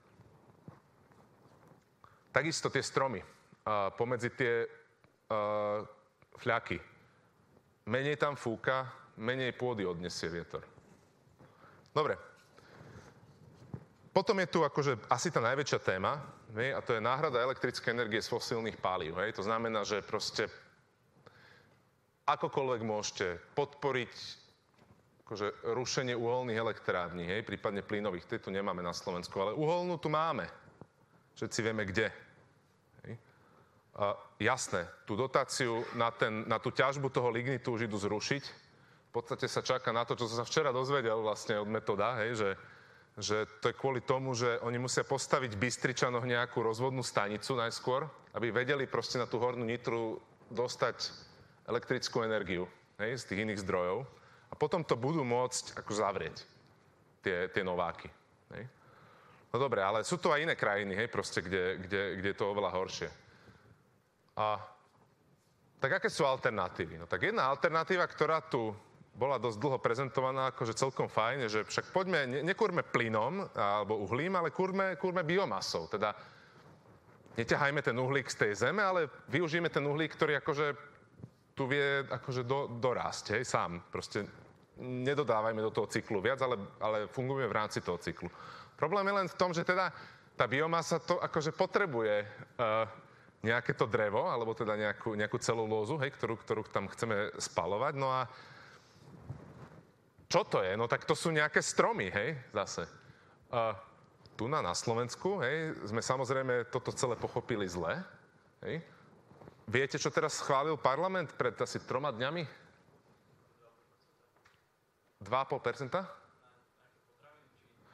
A: Takisto tie stromy, uh, pomedzi tie uh, fľaky. Menej tam fúka, menej pôdy odnesie vietor. Dobre. Potom je tu akože asi tá najväčšia téma, hej, a to je náhrada elektrickej energie z fosílnych palív. Hej. To znamená, že proste akokoľvek môžete podporiť akože rušenie uholných elektrární, hej, prípadne plynových. Tie tu nemáme na Slovensku, ale uholnú tu máme. Všetci vieme, kde. Hej. A jasné, tú dotáciu na, ten, na tú ťažbu toho lignitu už idú zrušiť. V podstate sa čaká na to, čo som sa včera dozvedel vlastne od Metoda, hej, že že to je kvôli tomu, že oni musia postaviť v Bystričanoch nejakú rozvodnú stanicu najskôr, aby vedeli proste na tú hornú Nitru dostať elektrickú energiu, hej, z tých iných zdrojov. A potom to budú môcť ako zavrieť, tie, tie nováky. Hej. No dobre, ale sú to aj iné krajiny, hej, proste, kde, kde, kde je to oveľa horšie. A tak aké sú alternatívy? No tak jedna alternatíva, ktorá tu bola dosť dlho prezentovaná, akože celkom fajn, že však poďme, ne, nekúrme plynom alebo uhlím, ale kúrme, kúrme biomasou. Teda neťahajme ten uhlík z tej zeme, ale využijeme ten uhlík, ktorý akože tu vie akože do, dorásť, hej, sám. Proste nedodávajme do toho cyklu viac, ale, ale fungujeme v rámci toho cyklu. Problém je len v tom, že teda tá biomasa to akože potrebuje uh, nejaké to drevo, alebo teda nejakú, nejakú celulózu, hej, ktorú, ktorú tam chceme spalovať. No a čo to je? No tak to sú nejaké stromy, hej, zase. Uh, tu na, na Slovensku, hej, sme samozrejme toto celé pochopili zle, hej. Viete, čo teraz schválil parlament pred asi troma dňami? dva a pol percenta?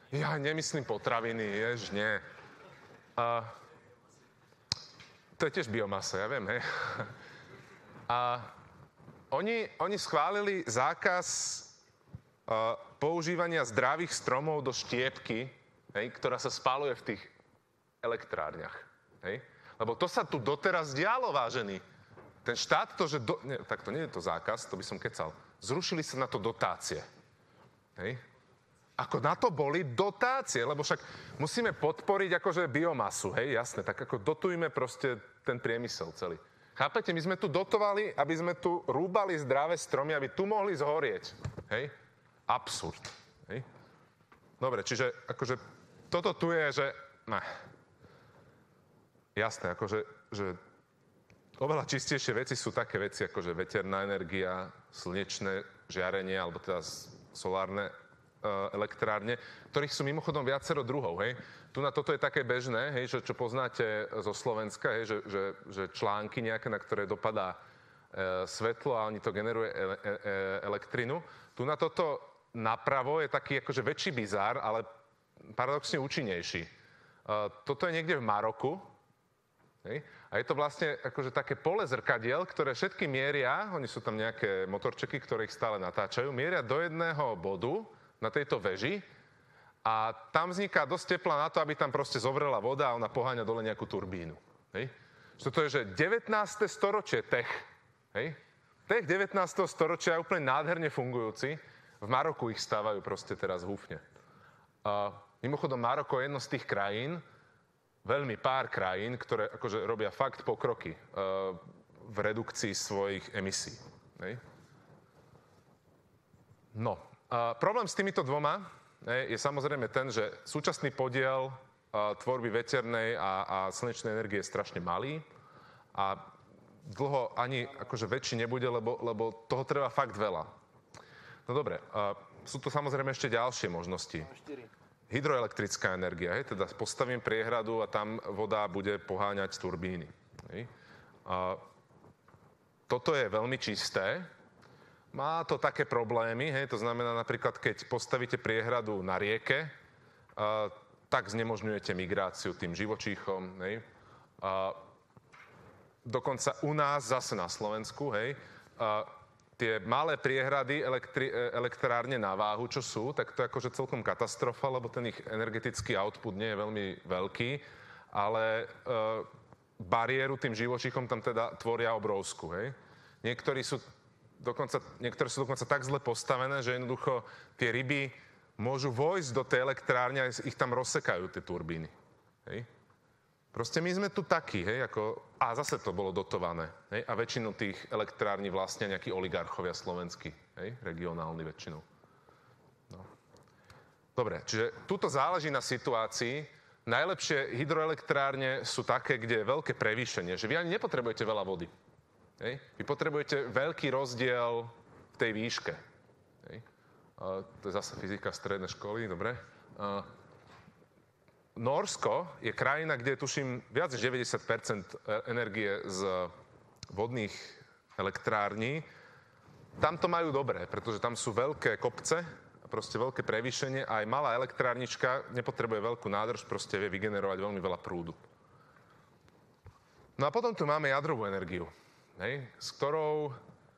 A: Ja nemyslím potraviny, jež, nie. Uh, to je tiež biomasa, ja viem, hej. A oni, oni schválili zákaz uh, používania zdravých stromov do štiepky, hej, ktorá sa spáluje v tých elektrárniach. Hej. Lebo to sa tu doteraz dialo, vážený. Ten štát to, že... Do, nie, tak to nie je to zákaz, to by som kecal. Zrušili sa na to dotácie. Hej. Ako na to boli dotácie, lebo však musíme podporiť akože biomasu, hej, jasné, tak ako dotujme proste ten priemysel celý. Chápete, my sme tu dotovali, aby sme tu rúbali zdravé stromy, aby tu mohli zhorieť, hej. Absurd, hej. Dobre, čiže akože toto tu je, že... Ne. Jasné, akože že oveľa čistejšie veci sú také veci, ako že veterná energia, slnečné žiarenie, alebo teda solárne elektrárne, ktorých sú mimochodom viacero druhov, hej. Tu na toto je také bežné, hej, čo, čo poznáte zo Slovenska, hej, že, že, že články nejaké, na ktoré dopadá e, svetlo a oni to generuje e, e, elektrinu. Tu na toto napravo je taký akože väčší bizár, ale paradoxne účinnejší. E, toto je niekde v Maroku, hej, a je to vlastne akože také pole zrkadiel, ktoré všetky mieria, oni sú tam nejaké motorčeky, ktoré ich stále natáčajú, mieria do jedného bodu na tejto veži a tam vzniká dosť tepla na to, aby tam proste zovrela voda a ona poháňa dole nejakú turbínu. Hej. Toto je, že devätnáste storočie tech. Hej. Tech devätnásteho storočia je úplne nádherne fungujúci. V Maroku ich stávajú proste teraz húfne. Uh, mimochodom, Maroko je jedno z tých krajín, veľmi pár krajín, ktoré akože robia fakt pokroky uh, v redukcii svojich emisí. Hej. No, uh, problém s týmito dvoma je, je samozrejme ten, že súčasný podiel uh, tvorby veternej a, a slnečnej energie je strašne malý a dlho ani akože väčší nebude, lebo, lebo toho treba fakt veľa. No dobre, uh, sú tu samozrejme ešte ďalšie možnosti. Hydroelektrická energia, hej, teda postavím priehradu a tam voda bude poháňať turbíny. Hej. Uh, toto je veľmi čisté. Má to také problémy, hej, to znamená napríklad, keď postavíte priehradu na rieke, uh, tak znemožňujete migráciu tým živočíchom, hej. Uh, dokonca u nás, zase na Slovensku, hej, uh, tie malé priehrady elektri- elektrárne na váhu, čo sú, tak to je akože celkom katastrofa, lebo ten ich energetický output nie je veľmi veľký, ale uh, bariéru tým živočíchom tam teda tvoria obrovskú, hej. Niektorí sú Dokonca, niektoré sú dokonca tak zle postavené, že jednoducho tie ryby môžu vojsť do tej elektrárne a ich tam rozsekajú tie turbíny. Hej. Proste my sme tu takí, hej, ako... A zase to bolo dotované, hej, a väčšinu tých elektrární vlastne nejakí oligarchovia slovenskí, hej, regionálni väčšinou. No. Dobre, čiže tuto záleží na situácii. Najlepšie hydroelektrárne sú také, kde je veľké prevýšenie, že vy ani nepotrebujete veľa vody. Hej. Vy potrebujete veľký rozdiel v tej výške. Hej. Uh, to je zase fyzika strednej školy, dobre. Uh, Nórsko je krajina, kde je, tuším, viac než deväťdesiat percent energie z vodných elektrární. Tam to majú dobre, pretože tam sú veľké kopce, proste veľké prevýšenie a aj malá elektrárnička nepotrebuje veľkú nádrž, proste vie vygenerovať veľmi veľa prúdu. No a potom tu máme jadrovú energiu. Hej, s ktorou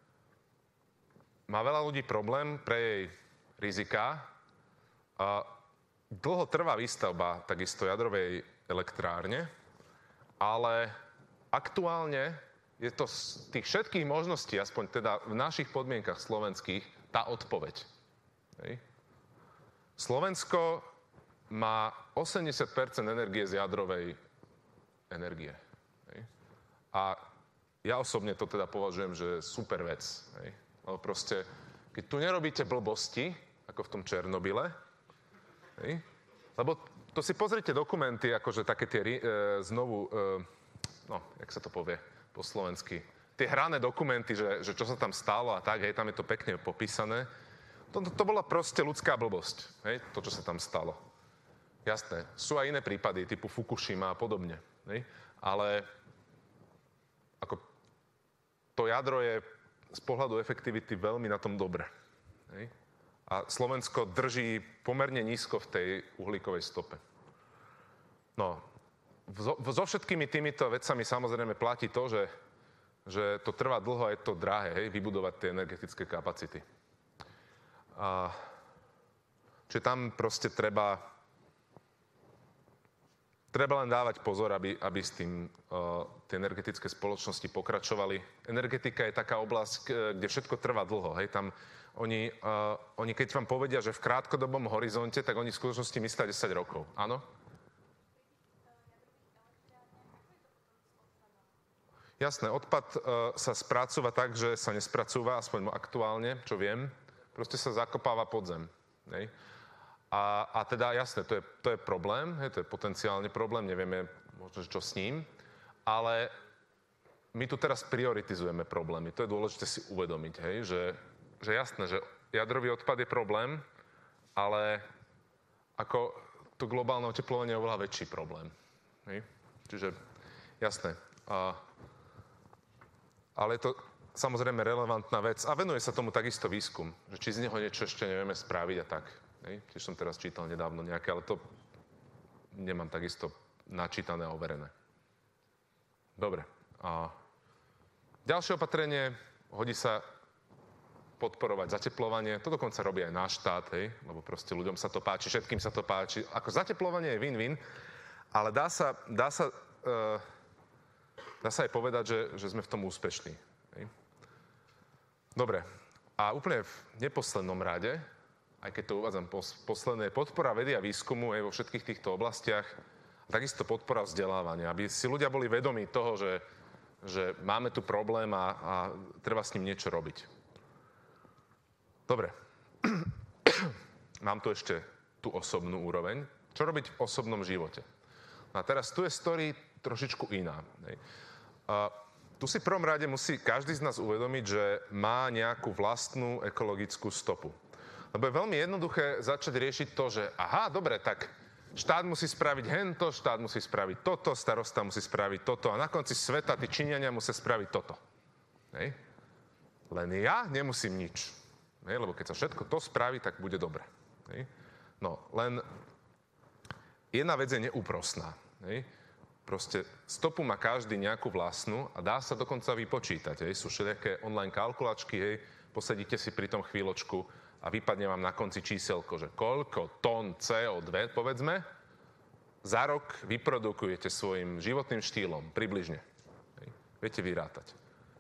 A: má veľa ľudí problém pre jej riziká. A dlho trvá výstavba takisto jadrovej elektrárne, ale aktuálne je to z tých všetkých možností, aspoň teda v našich podmienkach slovenských, tá odpoveď. Hej. Slovensko má osemdesiat percent energie z jadrovej energie. Hej. A ja osobne to teda považujem, že super vec. Hej. Lebo proste, keď tu nerobíte blbosti, ako v tom Černobyle, hej, lebo to si pozrite dokumenty, akože také tie e, znovu, e, no, jak sa to povie po slovensky, tie hrané dokumenty, že, že čo sa tam stalo a tak, hej, tam je to pekne popísané. To, to, to bola proste ľudská blbosť, hej, to, čo sa tam stalo. Jasné, sú aj iné prípady, typu Fukushima a podobne, hej, ale ako to jadro je z pohľadu efektivity veľmi na tom dobre. Hej. A Slovensko drží pomerne nízko v tej uhlíkovej stope. No, so, so všetkými týmito vecami samozrejme platí to, že, že to trvá dlho a je to drahé, hej, vybudovať tie energetické kapacity. A, čiže tam proste treba, treba len dávať pozor, aby, aby s tým uh, tie energetické spoločnosti pokračovali. Energetika je taká oblasť, kde všetko trvá dlho, hej, tam Oni, uh, oni, keď vám povedia, že v krátkodobom horizonte, tak oni v skutočnosti myslia desať rokov. Áno? Jasné, odpad uh, sa spracúva tak, že sa nespracúva, aspoň aktuálne, čo viem. Proste sa zakopáva pod zem. Hej? A, a teda jasné, to je, to je problém, hej, to je potenciálne problém, nevieme možno, čo s ním, ale my tu teraz prioritizujeme problémy. To je dôležité si uvedomiť, hej, že že jasné, že jadrový odpad je problém, ale ako to globálne oteplovanie je oveľa väčší problém. Hej? Čiže jasné. A, ale je to samozrejme relevantná vec a venuje sa tomu takisto výskum, že či z neho niečo ešte nevieme spraviť a tak. Hej? Tiež som teraz čítal nedávno nejaké, ale to nemám takisto načítané a overené. Dobre. A ďalšie opatrenie hodí sa podporovať zateplovanie. To dokonca robí aj náš štát, hej, lebo proste ľuďom sa to páči, všetkým sa to páči. Ako zateplovanie je win-win, ale dá sa, dá sa, uh, dá sa aj povedať, že, že sme v tom úspešní. Hej. Dobre. A úplne v neposlednom rade, aj keď to uvádzam pos, posledné, podpora vedy a výskumu je vo všetkých týchto oblastiach, a takisto podpora vzdelávania, aby si ľudia boli vedomí toho, že, že máme tu problém a, a treba s ním niečo robiť. Dobre. Mám tu ešte tú osobnú úroveň. Čo robiť v osobnom živote? No a teraz tu je story trošičku iná. A tu si v prvom rade musí každý z nás uvedomiť, že má nejakú vlastnú ekologickú stopu. Lebo je veľmi jednoduché začať riešiť to, že aha, dobre, tak štát musí spraviť hento, štát musí spraviť toto, starosta musí spraviť toto a na konci sveta tí Číňania musia spraviť toto. Hej. Len ja nemusím nič. Hej, lebo keď sa všetko to spraví, tak bude dobre. Hej. No, len jedna vec je neúprosná. Hej. Proste stopu má každý nejakú vlastnú a dá sa dokonca vypočítať. Hej. Sú všelijaké online kalkulačky, hej. Posedíte si pri tom chvíľočku a vypadne vám na konci číselko, že koľko tón cé ó dva, povedzme, za rok vyprodukujete svojim životným štýlom, približne. Hej. Viete vyrátať.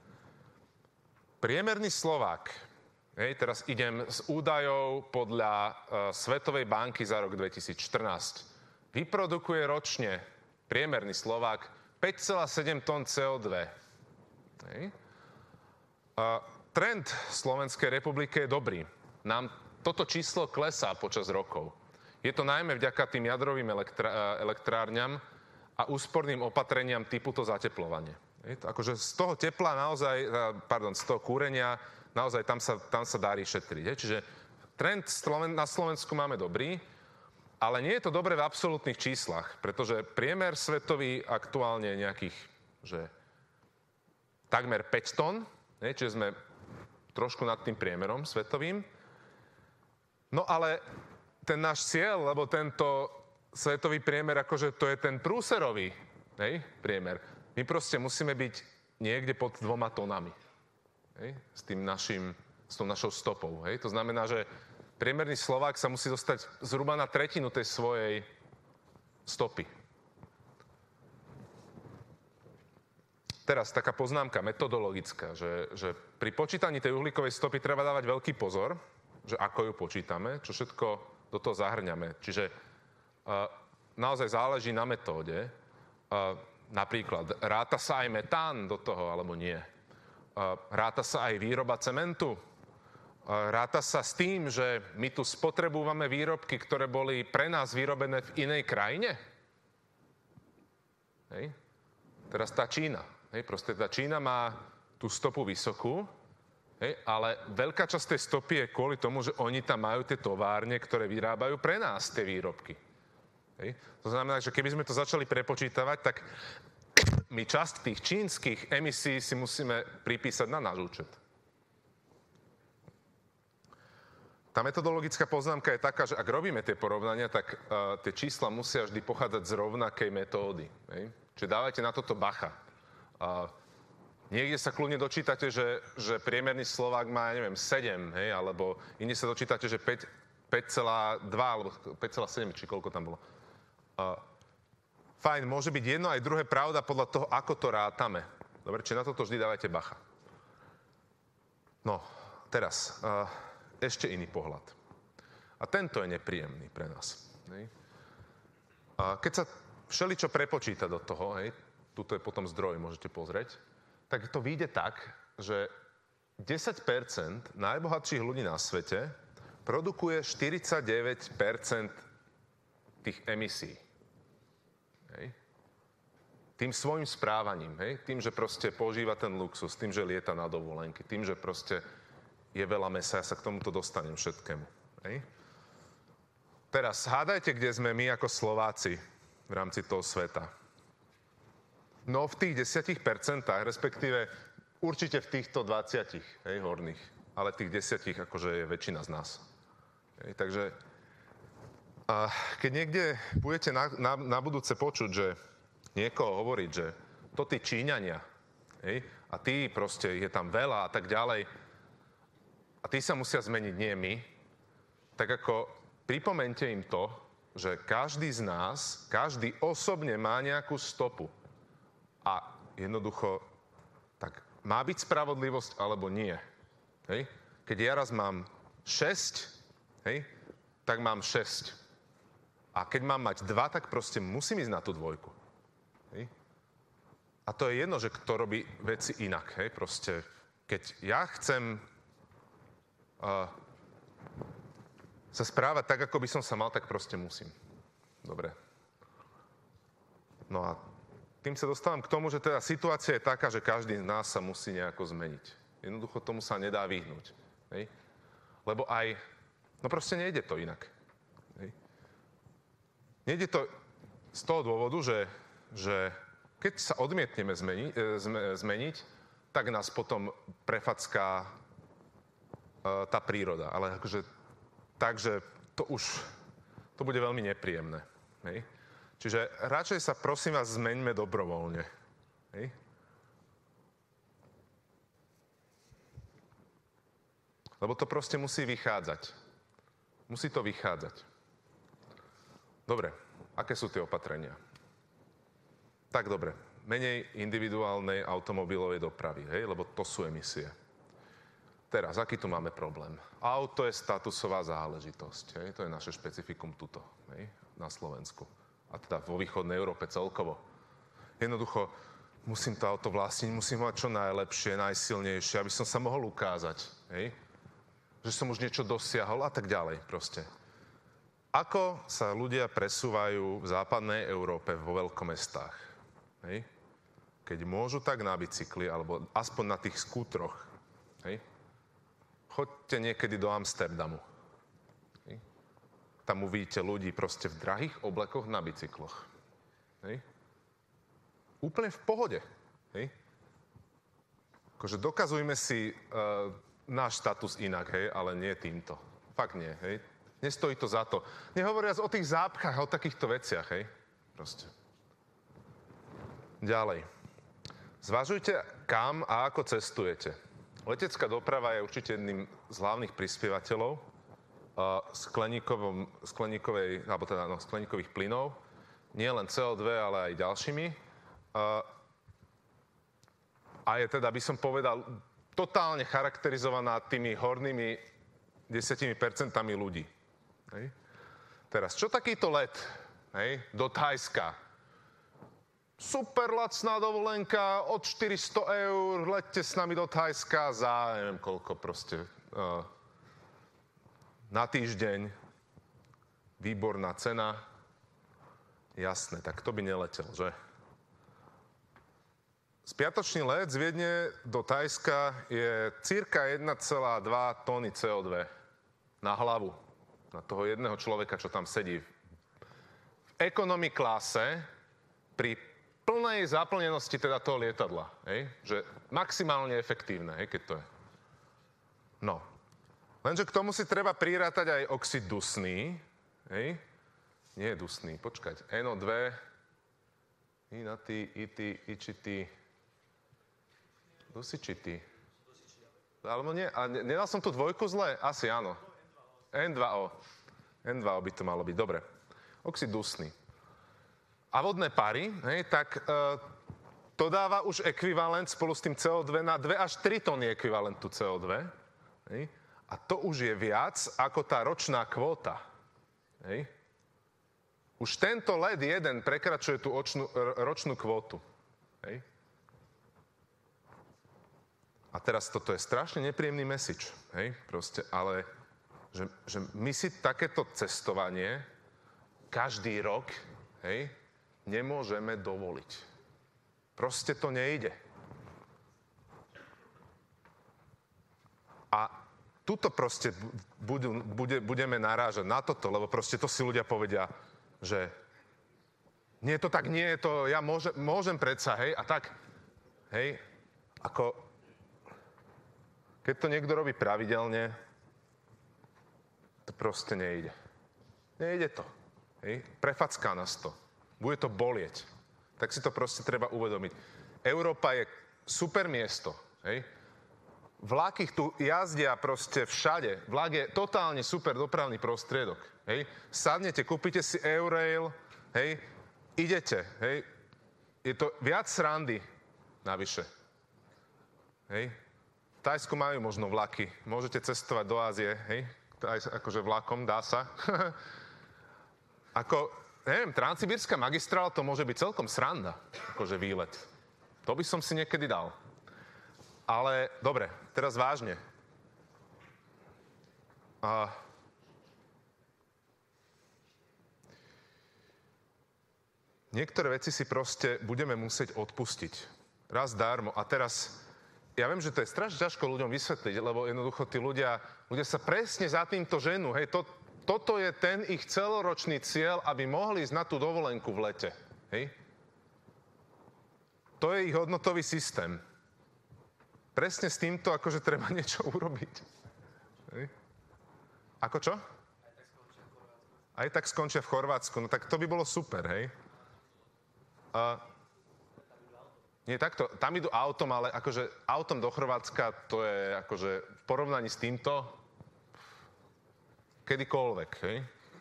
A: Priemerný Slovák, hej, teraz idem z údajov podľa uh, Svetovej banky za rok dvetisícštrnásť. Vyprodukuje ročne priemerný Slovák päť celá sedem tón cé ó dva. Hej. Uh, trend Slovenskej republiky je dobrý. Nám toto číslo klesá počas rokov. Je to najmä vďaka tým jadrovým elektra- elektrárňam a úsporným opatreniam typu to zateplovanie. Hej. Akože z toho tepla naozaj, pardon, z toho kúrenia naozaj tam sa, tam sa darí šetriť. Je? Čiže trend na Slovensku máme dobrý, ale nie je to dobré v absolútnych číslach, pretože priemer svetový aktuálne je nejakých, že takmer päť tón, je? Čiže sme trošku nad tým priemerom svetovým. No ale ten náš cieľ, lebo tento svetový priemer, akože to je ten prúserový, hej, priemer. My proste musíme byť niekde pod dvoma tónami. Hej, s tým našim, s tou našou stopou. Hej. To znamená, že priemerný Slovák sa musí dostať zhruba na tretinu tej svojej stopy. Teraz taká poznámka metodologická, že, že pri počítaní tej uhlíkovej stopy treba dávať veľký pozor, že ako ju počítame, čo všetko do toho zahrňame. Čiže uh, naozaj záleží na metóde. Uh, napríklad, ráta sa aj metán do toho, alebo nie. Uh, ráta sa aj výroba cementu. Uh, ráta sa s tým, že my tu spotrebúvame výrobky, ktoré boli pre nás vyrobené v inej krajine. Hej. Teraz tá Čína. Hej, proste tá Čína má tú stopu vysokú, hej, ale veľká časť tej stopy je kvôli tomu, že oni tam majú tie továrne, ktoré vyrábajú pre nás tie výrobky. Hej. To znamená, že keby sme to začali prepočítavať, tak my časť tých čínskych emisí si musíme pripísať na náš účet. tá metodologická poznámka je taká, že ak robíme tie porovnania, tak uh, tie čísla musia vždy pochádzať z rovnakej metódy. Hej? Čiže dávajte na toto bacha. Uh, niekde sa kľudne dočítate, že, že priemerný Slovák má, neviem, sedem, hej? Alebo inde sa dočítate, že päť celá dva alebo päť celá sedem, či koľko tam bolo. Uh, fajn, môže byť jedno aj druhé pravda podľa toho, ako to rátame. Dobre, čiže na toto vždy dávajte bacha. No, teraz... Uh, ešte iný pohľad. A tento je nepríjemný pre nás. Hej. A keď sa všeličo prepočíta do toho, hej, tuto je potom zdroj, môžete pozrieť, tak to vyjde tak, že desať percent najbohatších ľudí na svete produkuje štyridsaťdeväť percent tých emisí. Hej. Tým svojim správaním, hej, tým, že proste používa ten luxus, tým, že lieta na dovolenky, tým, že proste je veľa mesa, ja sa k tomuto dostanem všetkému. Hej. Teraz hádajte, kde sme my ako Slováci v rámci toho sveta. No v tých desiatich percentách, respektíve určite v týchto dvadsiatich, hej, horných, ale tých desiatich akože je väčšina z nás. Hej, takže a keď niekde budete na, na, na budúce počuť, že niekoho hovoriť, že to tí Číňania, hej, a tí proste, je tam veľa a tak ďalej, a tí sa musia zmeniť, nie my, tak ako pripomente im to, že každý z nás, každý osobne má nejakú stopu. A jednoducho, tak má byť spravodlivosť alebo nie. Hej? Keď ja raz mám šesť, hej, tak mám šesť. A keď mám mať dva, tak proste musím ísť na tú dvojku. Hej? A to je jedno, že kto robí veci inak. Hej? Proste, keď ja chcem Uh, sa správať tak, ako by som sa mal, tak proste musím. Dobre. No a tým sa dostávam k tomu, že teda situácia je taká, že každý z nás sa musí nejako zmeniť. Jednoducho tomu sa nedá vyhnúť. Hej? Lebo aj, no proste nejde to inak. Hej? Nejde to z toho dôvodu, že, že keď sa odmietneme zmeni, e, zmeniť, tak nás potom prefacká tá príroda, ale akože takže to už, to bude veľmi nepríjemné. Hej? Čiže radšej sa prosím vás zmeňme dobrovoľne. Hej? Lebo to proste musí vychádzať. Musí to vychádzať. Dobre, aké sú tie opatrenia? Tak dobre, menej individuálnej automobilovej dopravy, hej? Lebo to sú emisie. Teraz, aký tu máme problém? Auto je statusová záležitosť. Hej? To je naše špecifikum tuto, hej? Na Slovensku. A teda vo východnej Európe celkovo. Jednoducho, musím to auto vlastniť, musím mať čo najlepšie, najsilnejšie, aby som sa mohol ukázať. Hej? Že som už niečo dosiahol a tak ďalej proste. Ako sa ľudia presúvajú v západnej Európe vo veľkomestách? Hej? Keď môžu tak na bicykli, alebo aspoň na tých skútroch. Hej? Choďte niekedy do Amsterdamu. Hej. Tam uvidíte ľudí proste v drahých oblekoch na bicykloch. Hej. Úplne v pohode. Hej. Akože dokazujme si uh, náš status inak, hej, ale nie týmto. Fakt nie, hej. Nestojí to za to. Nehovoriac o tých zápchách, o takýchto veciach, hej. Proste. Ďalej. Zvažujte, kam a ako cestujete. Letecká doprava je určite jedným z hlavných prispievateľov uh, skleníkovej, alebo teda no, skleníkových plynov. Nie len cé ó dva, ale aj ďalšími. Uh, a je teda, by som povedal, totálne charakterizovaná tými hornými desiatimi percentami ľudí. Hej. Teraz, čo takýto let, hej, do Thajska? Super lacná dovolenka, od štyristo eur, leďte s nami do Thajska za neviem koľko proste. Uh, na týždeň. Výborná cena. Jasné, tak to by neletel, že? Spiatočný let z Viedne do Thajska je cirka jeden celá dva tóny cé ó dva na hlavu. Na toho jedného človeka, čo tam sedí. V economy klase pri plnej zaplnenosti teda toho lietadla. Hej? Že maximálne efektívne, hej, keď to je. No. Lenže k tomu si treba prirátať aj oxid dusný. Hej? Nie je dusný, počkať. en ó dva, inatý, itý, ičitý, dusičitý. Alebo nie, a nedal som tu dvojku zle? Asi áno. en dva ó. en dva ó by to malo byť, dobre. Oxid dusný. A vodné pary, hej, tak e, to dáva už ekvivalent spolu s tým cé ó dva na dva až tri tony ekvivalentu cé ó dva. Hej. A to už je viac ako tá ročná kvóta. Hej. Už tento led jeden prekračuje tú očnú, ročnú kvótu. Hej. A teraz toto je strašne nepríjemný message, hej, proste, ale že, že my si takéto cestovanie každý rok, hej, nemôžeme dovoliť. Proste to nejde. A tuto proste budú, bude, budeme narážať na toto, lebo proste to si ľudia povedia, že nie, to tak nie je to, ja môžem, môžem predsa, hej, a tak, hej, ako... Keď to niekto robí pravidelne, to proste nejde. Nejde to. Hej? Prefacká nás to. Bude to bolieť. Tak si to proste treba uvedomiť. Európa je super miesto. Hej? Vláky tu jazdia proste všade. Vlak je totálne super dopravný prostriedok. Hej? Sadnete, kúpite si Eurail, hej? Idete. Hej? Je to viac srandy navyše. Hej? V Thajsku majú možno vlaky. Môžete cestovať do Ázie, hej? Aj akože vlakom, dá sa. Ako, neviem, Transsibírska magistrála to môže byť celkom sranda, akože výlet. To by som si niekedy dal. Ale, dobre, teraz vážne. A... Niektoré veci si proste budeme musieť odpustiť. Raz dármo. A teraz... Ja viem, že to je strašne ťažko ľuďom vysvetliť, lebo jednoducho tí ľudia, ľudia sa presne za týmto ženú. Hej, to, toto je ten ich celoročný cieľ, aby mohli ísť na tú dovolenku v lete. Hej? To je ich hodnotový systém. Presne s týmto akože treba niečo urobiť. Hej? Ako čo? Aj tak skončia v Chorvátsku. No tak to by bolo super, hej? A... Nie takto, tam idú autom, ale akože autom do Chorvátska to je akože v porovnaní s týmto kedykoľvek, hej?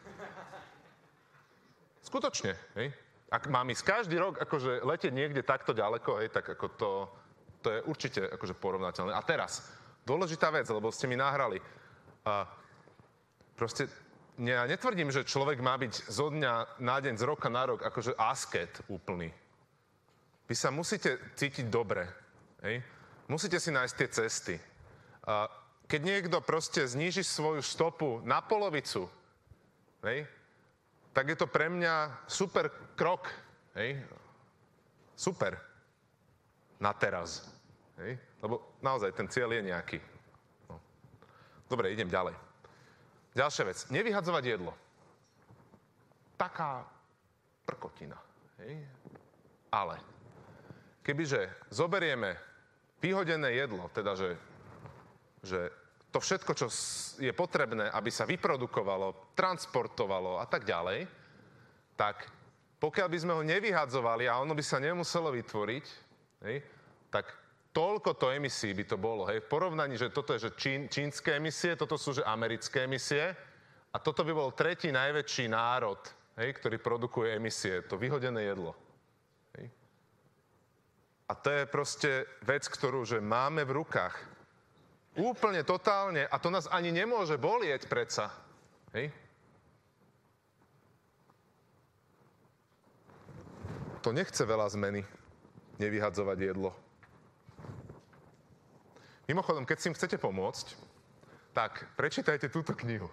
A: Skutočne, hej? Ak mám ísť každý rok akože letieť niekde takto ďaleko, hej, tak ako to, to je určite akože porovnateľné. A teraz, dôležitá vec, lebo ste mi nahrali. A proste, ja netvrdím, že človek má byť zo dňa na deň, z roka na rok akože asket úplný. Vy sa musíte cítiť dobre. Hej? Musíte si nájsť tie cesty. A keď niekto proste zníži svoju stopu na polovicu, hej, tak je to pre mňa super krok. Hej? Super. Na teraz. Hej? Lebo naozaj ten cieľ je nejaký. No. Dobre, idem ďalej. Ďalšia vec. Nevyhadzovať jedlo. Taká prkotina. Hej? Ale kebyže zoberieme vyhodené jedlo, teda že, že to všetko, čo je potrebné, aby sa vyprodukovalo, transportovalo a tak ďalej, tak pokiaľ by sme ho nevyhadzovali a ono by sa nemuselo vytvoriť, hej, tak toľko to emisí by to bolo. Hej, v porovnaní, že toto je že čín, čínske emisie, toto sú že americké emisie a toto by bol tretí najväčší národ, hej, ktorý produkuje emisie, to vyhodené jedlo. A to je proste vec, ktorú že máme v rukách. Úplne, totálne. A to nás ani nemôže bolieť predsa. Hej? To nechce veľa zmeny. Nevyhadzovať jedlo. Mimochodom, keď si im chcete pomôcť, tak prečítajte túto knihu.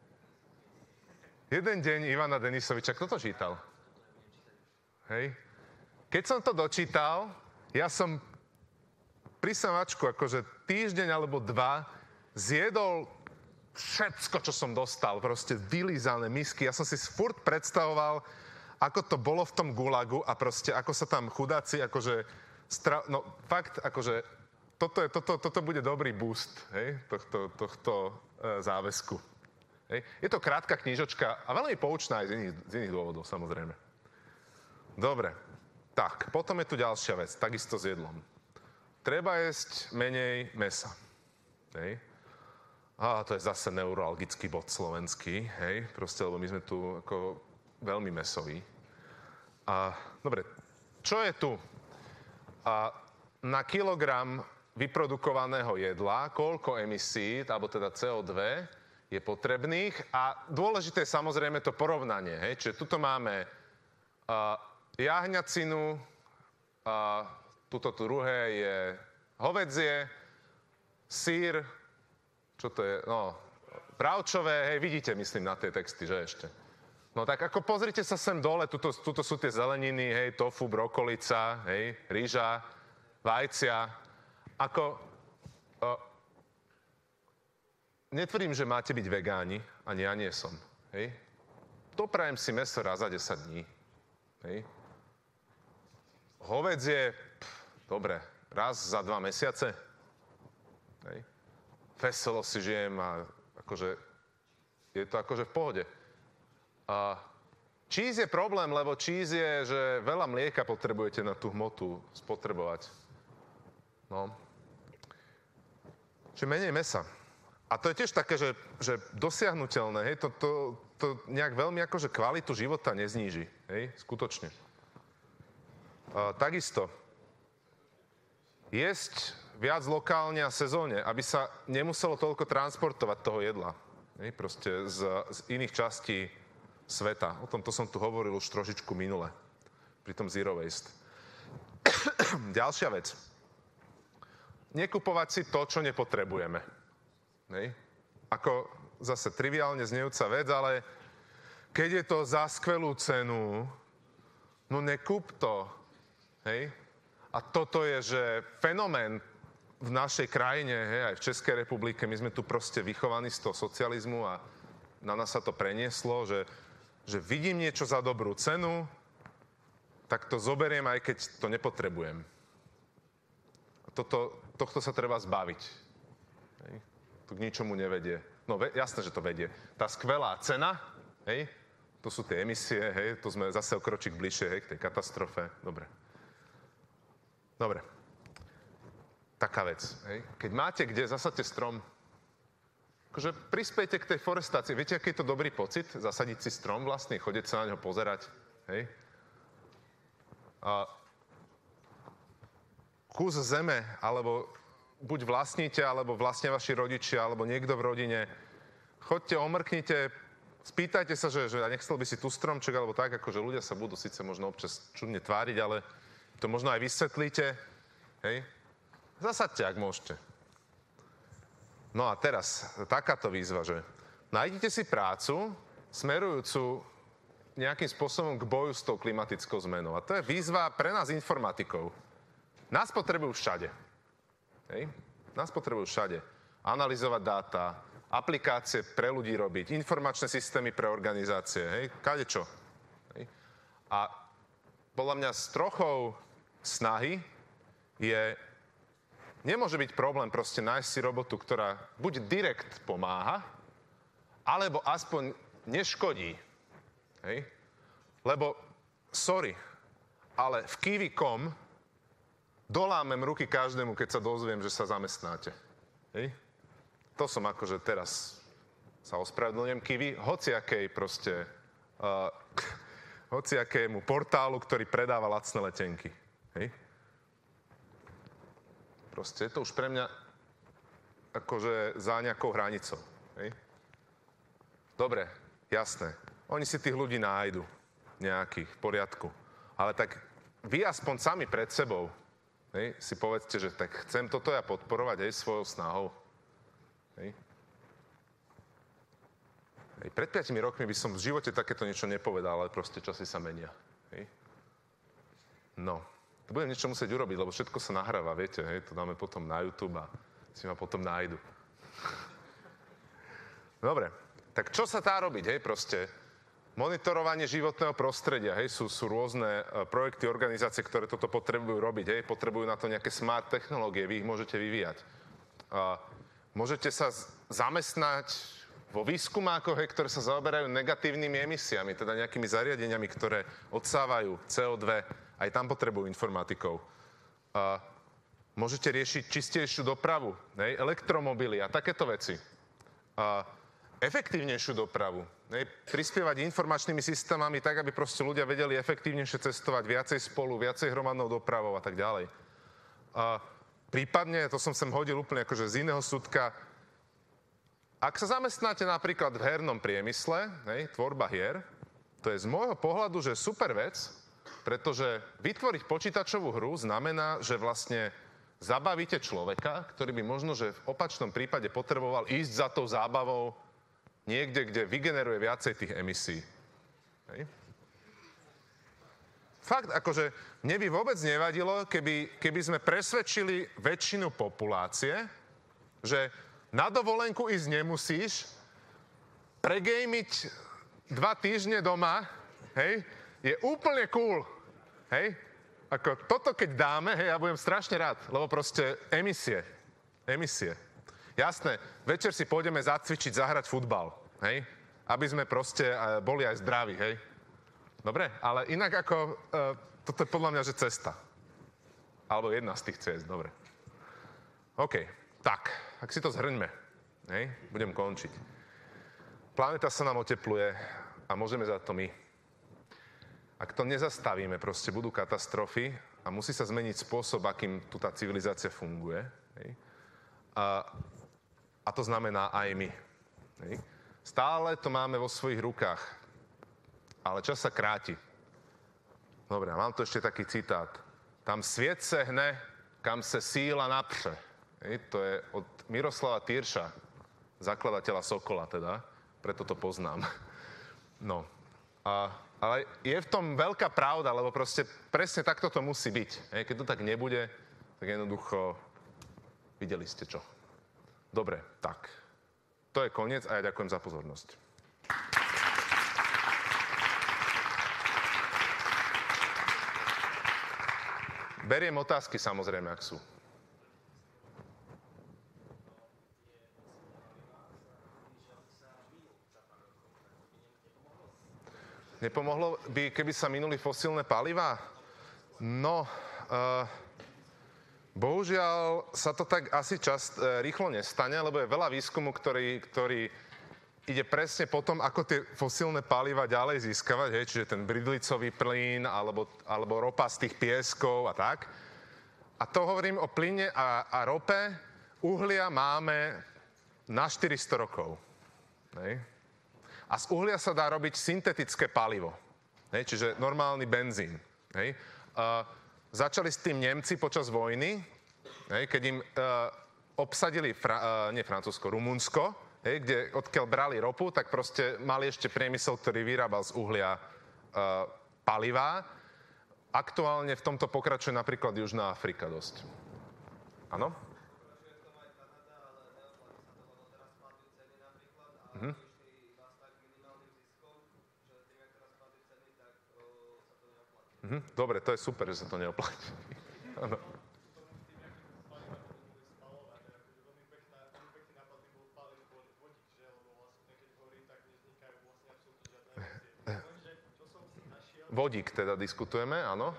A: Jeden deň Ivana Denisoviča. Kto to čítal? Hej? Keď som to dočítal, ja som pri samačku akože týždeň alebo dva zjedol všetko, čo som dostal. Proste vylízané misky. Ja som si furt predstavoval, ako to bolo v tom gulagu a proste ako sa tam chudáci akože... Stra... No fakt, akože toto, je, toto, toto bude dobrý boost, hej, tohto, tohto záväzku. Hej. Je to krátka knižočka a veľmi poučná aj z iných, z iných dôvodov, samozrejme. Dobre, tak, potom je tu ďalšia vec, takisto s jedlom. Treba jesť menej mäsa. Hej. A to je zase neuralgický bod slovenský, hej, proste, lebo my sme tu ako veľmi mäsoví. A, dobre, čo je tu? A, na kilogram vyprodukovaného jedla, koľko emisí, alebo teda cé o dva, je potrebných a dôležité je samozrejme to porovnanie, hej, čiže tuto máme a, jahňacinu, a tuto druhé je hovädzie, sír, čo to je, no, bravčové, hej, vidíte, myslím, na tie texty, že ešte. No tak ako pozrite sa sem dole, tuto, tuto sú tie zeleniny, hej, tofu, brokolica, hej, rýža, vajcia. Ako, o, netvrdím, že máte byť vegáni, ani ja nie som, hej. Doprajem si mäso raz za desať dní, hej. Hovädzie, pf, dobre, raz za dva mesiace. Hej. Veselo si žijem a akože, je to akože v pohode. A cheese je problém, lebo cheese je, že veľa mlieka potrebujete na tú hmotu spotrebovať. No. Čiže menej mäsa. A to je tiež také, že, že dosiahnuteľné, hej, to, to, to nejak veľmi akože kvalitu života nezníži, hej, skutočne. A, takisto, jesť viac lokálne a sezónne, aby sa nemuselo toľko transportovať toho jedla. Hej, proste z, z iných častí sveta. O tomto som tu hovoril už trošičku minule, pri tom zero waste. Ďalšia vec. Nekupovať si to, čo nepotrebujeme. Hej. Ako zase triviálne znejúca vec, ale keď je to za skvelú cenu, no nekúp to. Hej. A toto je, že fenomén v našej krajine, hej, aj v Českej republike, my sme tu proste vychovaní z toho socializmu a na nás sa to prenieslo, že, že vidím niečo za dobrú cenu, tak to zoberiem, aj keď to nepotrebujem. A toto, tohto sa treba zbaviť. Hej. To k ničomu nevedie. No ve, jasné, že to vedie. Tá skvelá cena, hej, to sú tie emisie, hej, to sme zase o kročík bližšie, hej, k tej katastrofe. Dobre. Dobre. Taká vec, hej. Keď máte kde, zasaďte strom. Akože prispejte k tej forestácii. Viete, aký je to dobrý pocit? Zasadiť si strom vlastný, chodiť sa na ňo pozerať, hej. A kus zeme, alebo buď vlastníte, alebo vlastne vaši rodičia, alebo niekto v rodine. Choďte, omrknite, spýtajte sa, že, že nechcel by si tu stromček, alebo tak, akože ľudia sa budú síce možno občas čudne tváriť, ale to možno aj vysvetlíte, hej. Zasaďte, ak môžete. No a teraz, takáto výzva, že nájdite si prácu smerujúcu nejakým spôsobom k boju s tou klimatickou zmenou. A to je výzva pre nás informatikov. Nás potrebujú všade. Hej. Nás potrebujú všade. Analyzovať dáta, aplikácie pre ľudí robiť, informačné systémy pre organizácie, hej, kadečo. Hej. A podľa mňa s trochou snahy je, nemôže byť problém proste nájsť si robotu, ktorá buď direkt pomáha, alebo aspoň neškodí. Hej. Lebo, sorry, ale v kiwi bodka com dolámem ruky každému, keď sa dozviem, že sa zamestnáte. Hej. To som akože teraz sa ospravedlňujem Kiwi, hociakej proste, uh, hociakému portálu, ktorý predáva lacné letenky. Hej. Proste je to už pre mňa akože za nejakou hranicou. Hej. Dobre, jasné. Oni si tých ľudí nájdu, nejakých, v poriadku. Ale tak vy aspoň sami pred sebou, hej, si povedzte, že tak chcem toto ja podporovať aj svojou snahou. Hej. Hej, pred piatimi rokmi by som v živote takéto niečo nepovedal, ale proste časy sa menia. Hej. No, to budem niečo musieť urobiť, lebo všetko sa nahráva, viete, hej, to dáme potom na YouTube a si ma potom nájdu. Dobre, tak čo sa dá robiť, hej, proste? Monitorovanie životného prostredia, hej, sú, sú rôzne uh, projekty, organizácie, ktoré toto potrebujú robiť, hej, potrebujú na to nejaké smart technológie, vy ich môžete vyvíjať. Uh, Môžete sa z- zamestnať vo výskumákoch, hej, ktoré sa zaoberajú negatívnymi emisiami, teda nejakými zariadeniami, ktoré odsávajú cé ó dva. Aj tam potrebujú informatikov. Uh, môžete riešiť čistejšiu dopravu, hej, elektromobily a takéto veci. Uh, efektívnejšiu dopravu. Hej, prispievať informačnými systémami tak, aby proste ľudia vedeli efektívnejšie cestovať, viacej spolu, viacej hromadnou dopravou a tak ďalej. Uh, prípadne, to som sem hodil úplne akože z iného súdka, ak sa zamestnáte napríklad v hernom priemysle, hej, tvorba hier, to je z môjho pohľadu, že super vec, pretože vytvoriť počítačovú hru znamená, že vlastne zabavíte človeka, ktorý by možno, že v opačnom prípade potreboval ísť za tou zábavou niekde, kde vygeneruje viacej tých emisí. Hej. Fakt, akože mne by vôbec nevadilo, keby, keby sme presvedčili väčšinu populácie, že na dovolenku ísť nemusíš, pregejmiť dva týždne doma, hej, je úplne cool. Hej? Ako toto keď dáme, hej, ja budem strašne rád, lebo proste emisie. Emisie. Jasné, večer si pôjdeme zacvičiť, zahrať futbal, hej? Aby sme proste uh, boli aj zdraví, hej? Dobre? Ale inak ako, uh, toto je podľa mňa, že cesta. Alebo jedna z tých ciest, dobre. OK, tak, ak si to zhrňme, hej? Budem končiť. Planéta sa nám otepluje a môžeme za to my. Ak to nezastavíme, proste budú katastrofy a musí sa zmeniť spôsob, akým tu tá civilizácia funguje. Hej? A, a to znamená aj my. Hej? Stále to máme vo svojich rukách, ale čas sa kráti. Dobre, mám tu ešte taký citát. Tam sviet se hne, kam se síla napře. Hej? To je od Miroslava Tyrša, zakladateľa Sokola teda, preto to poznám. No, a ale je v tom veľká pravda, lebo proste presne takto to musí byť. Hej, keď to tak nebude, tak jednoducho videli ste čo. Dobre, tak. To je koniec a ja ďakujem za pozornosť. Beriem otázky samozrejme, ak sú. Nepomohlo by, keby sa minuli fosílne palivá? No, uh, bohužiaľ sa to tak asi čas, uh, rýchlo nestane, lebo je veľa výskumu, ktorý, ktorý ide presne po tom, ako tie fosílne palivá ďalej získavať, hej, čiže ten bridlicový plyn alebo, alebo ropa z tých pieskov a tak. A to hovorím o plyne a, a rope. Uhlia máme na štyristo rokov. Hej. A z uhlia sa dá robiť syntetické palivo, hej, čiže normálny benzín. Hej. Uh, začali s tým Nemci počas vojny, hej, keď im uh, obsadili Fra- uh, nie Francúzsko, Rumunsko, hej, kde odkiaľ brali ropu, tak proste mali ešte priemysel, ktorý vyrábal z uhlia uh, palivá. Aktuálne v tomto pokračuje napríklad Južná Afrika dosť. Áno? Mhm. Mhm, dobre, to je super, že sa to neoplatí. Áno. Vodík teda diskutujeme, áno.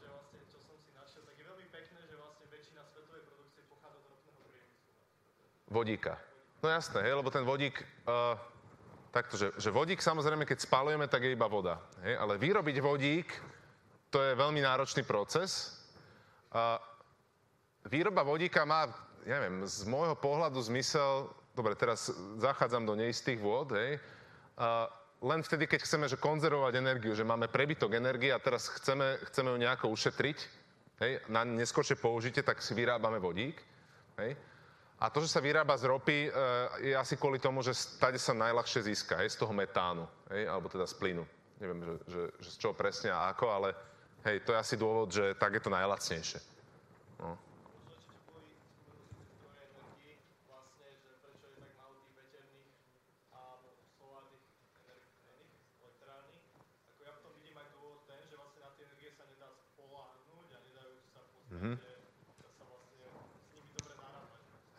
A: Vodíka. No jasné, hej, lebo ten vodík, uh, takto, že, že vodík samozrejme, keď spalujeme, tak je iba voda. Hej, ale vyrobiť vodík, to je veľmi náročný proces. Uh, výroba vodíka má, ja neviem, z môjho pohľadu zmysel, dobre, teraz zachádzam do neistých vôd, hej, uh, len vtedy, keď chceme že konzervovať energiu, že máme prebytok energie a teraz chceme, chceme ju nejako ušetriť, hej, na neskôršie použitie, tak si vyrábame vodík, hej. A to, že sa vyrába z ropy, je asi kvôli tomu, že stade sa najľahšie získa, hej, z toho metánu, hej, alebo teda z plynu. Neviem, že, že, že z čoho presne a ako, ale hej, to je asi dôvod, že tak je to najlacnejšie. No.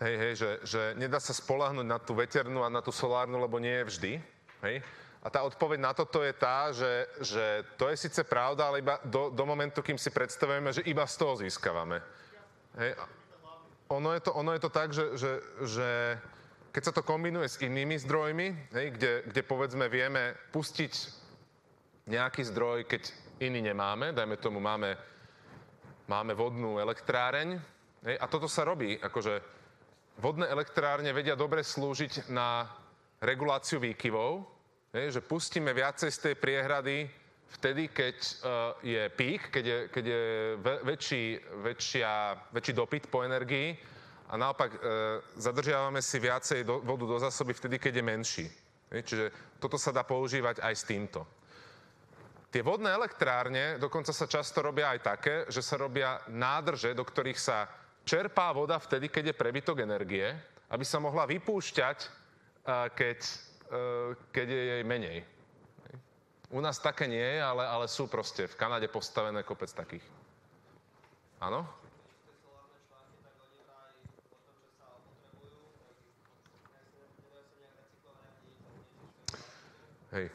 A: hej, hej, že, že nedá sa spoľahnúť na tú veternú a na tú solárnu, lebo nie je vždy. Hej. A tá odpoveď na toto je tá, že, že to je síce pravda, ale iba do, do momentu, kým si predstavujeme, že iba z toho získavame. Hej. Ono je to, ono je to tak, že, že, že keď sa to kombinuje s inými zdrojmi, hej, kde, kde povedzme vieme pustiť nejaký zdroj, keď iný nemáme, dajme tomu máme, máme vodnú elektráreň, hej, a toto sa robí, akože vodné elektrárne vedia dobre slúžiť na reguláciu výkyvov, hej, že pustíme viacej z tej priehrady vtedy, keď uh, je pík, keď je, keď je väčší, väčšia, väčší dopyt po energii a naopak uh, zadržiavame si viacej do, vodu do zásoby vtedy, keď je menší. Hej, čiže toto sa dá používať aj s týmto. Tie vodné elektrárne dokonca sa často robia aj také, že sa robia nádrže, do ktorých sa čerpá voda vtedy, keď je prebytok energie, aby sa mohla vypúšťať, uh, keď keď je jej menej. U nás také nie je, ale, ale sú proste v Kanade postavené kopec takých. Áno? Hej.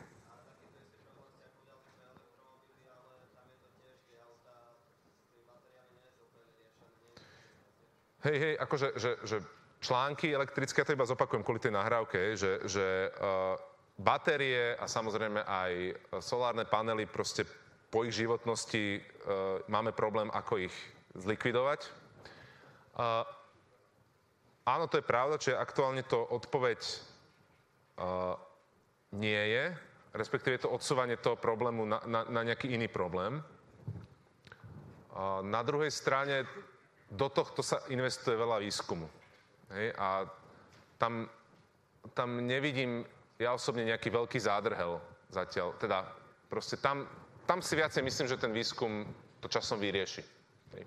A: Hej, hej, akože, že, že články elektrické, to iba zopakujem kvôli tej nahrávke, že, že uh, batérie a samozrejme aj solárne panely proste po ich životnosti uh, máme problém, ako ich zlikvidovať. Uh, áno, to je pravda, že aktuálne to odpoveď uh, nie je, respektíve je to odsúvanie toho problému na, na, na nejaký iný problém. Uh, na druhej strane do tohto sa investuje veľa výskumu. Hej, a tam, tam nevidím ja osobne nejaký veľký zádrhel zatiaľ. Teda proste tam, tam si viacej myslím, že ten výskum to časom vyrieši. Hej.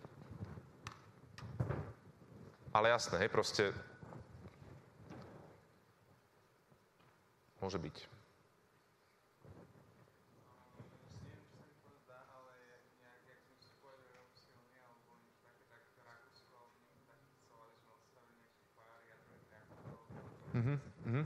A: Ale jasné, hej, proste môže byť. Mhm, mhm.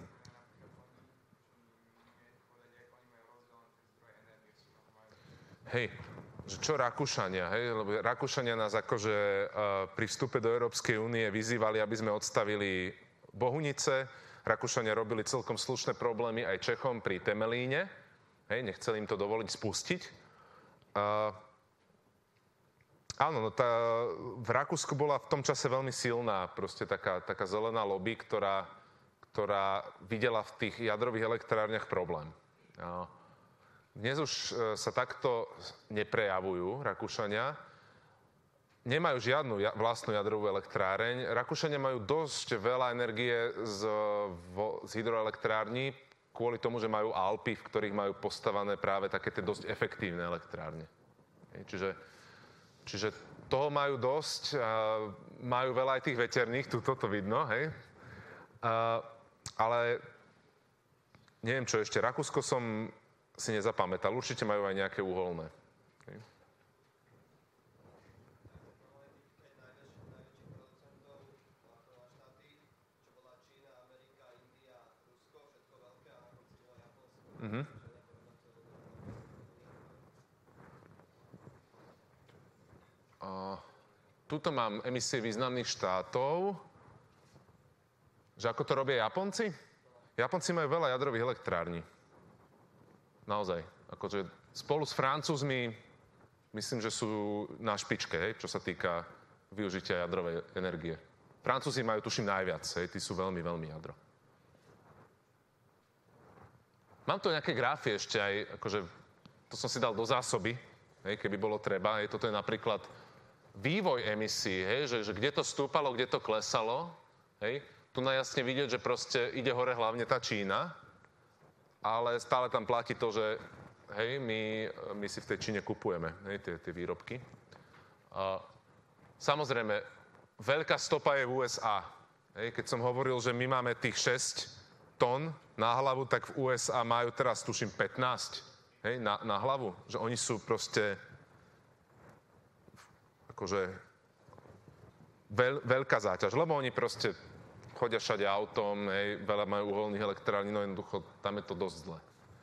A: Hej, že čo Rakúšania, hej, lebo Rakúšania nás akože uh, pri vstupe do Európskej únie vyzývali, aby sme odstavili Bohunice. Rakúšania robili celkom slušné problémy aj Čechom pri Temelíne, hej, nechceli im to dovoliť spustiť. Uh, áno, no tá, v Rakúsku bola v tom čase veľmi silná proste taká, taká zelená lobby, ktorá ktorá videla v tých jadrových elektrárniach problém. Dnes už sa takto neprejavujú Rakúšania. Nemajú žiadnu vlastnú jadrovú elektráreň. Rakúšania majú dosť veľa energie z, z hydroelektrární kvôli tomu, že majú Alpy, v ktorých majú postavané práve také tie dosť efektívne elektrárne. Čiže, čiže toho majú dosť. Majú veľa aj tých veterných, tu toto vidno, hej. A, ale neviem čo ešte, Rakúsko som si nezapamätal, určite majú aj nejaké uholné. Okay. Mhm. A tuto mám emisie významných štátov. Že ako to robia Japonci? Japonci majú veľa jadrových elektrární. Naozaj. Akože spolu s Francúzmi myslím, že sú na špičke, hej, čo sa týka využitia jadrovej energie. Francúzi majú, tuším, najviac. Hej, tí sú veľmi, veľmi jadro. Mám tu nejaké grafy ešte aj, akože to som si dal do zásoby, hej, keby bolo treba. Hej, toto je napríklad vývoj emisí, hej, že, že kde to stúpalo, kde to klesalo, hej. Tu najjasne vidieť, že proste ide hore hlavne tá Čína, ale stále tam platí to, že hej, my, my si v tej Číne kupujeme, hej, tie, tie výrobky. A samozrejme, veľká stopa je v ú es á. Hej, keď som hovoril, že my máme tých šesť tón na hlavu, tak v ú es á majú teraz, tuším, pätnásť, hej, na, na hlavu. Že oni sú proste akože veľ, veľká záťaž, lebo oni proste chodia všade autom, hej, veľa majú uholných elektrární, no jednoducho tam je to dosť zle.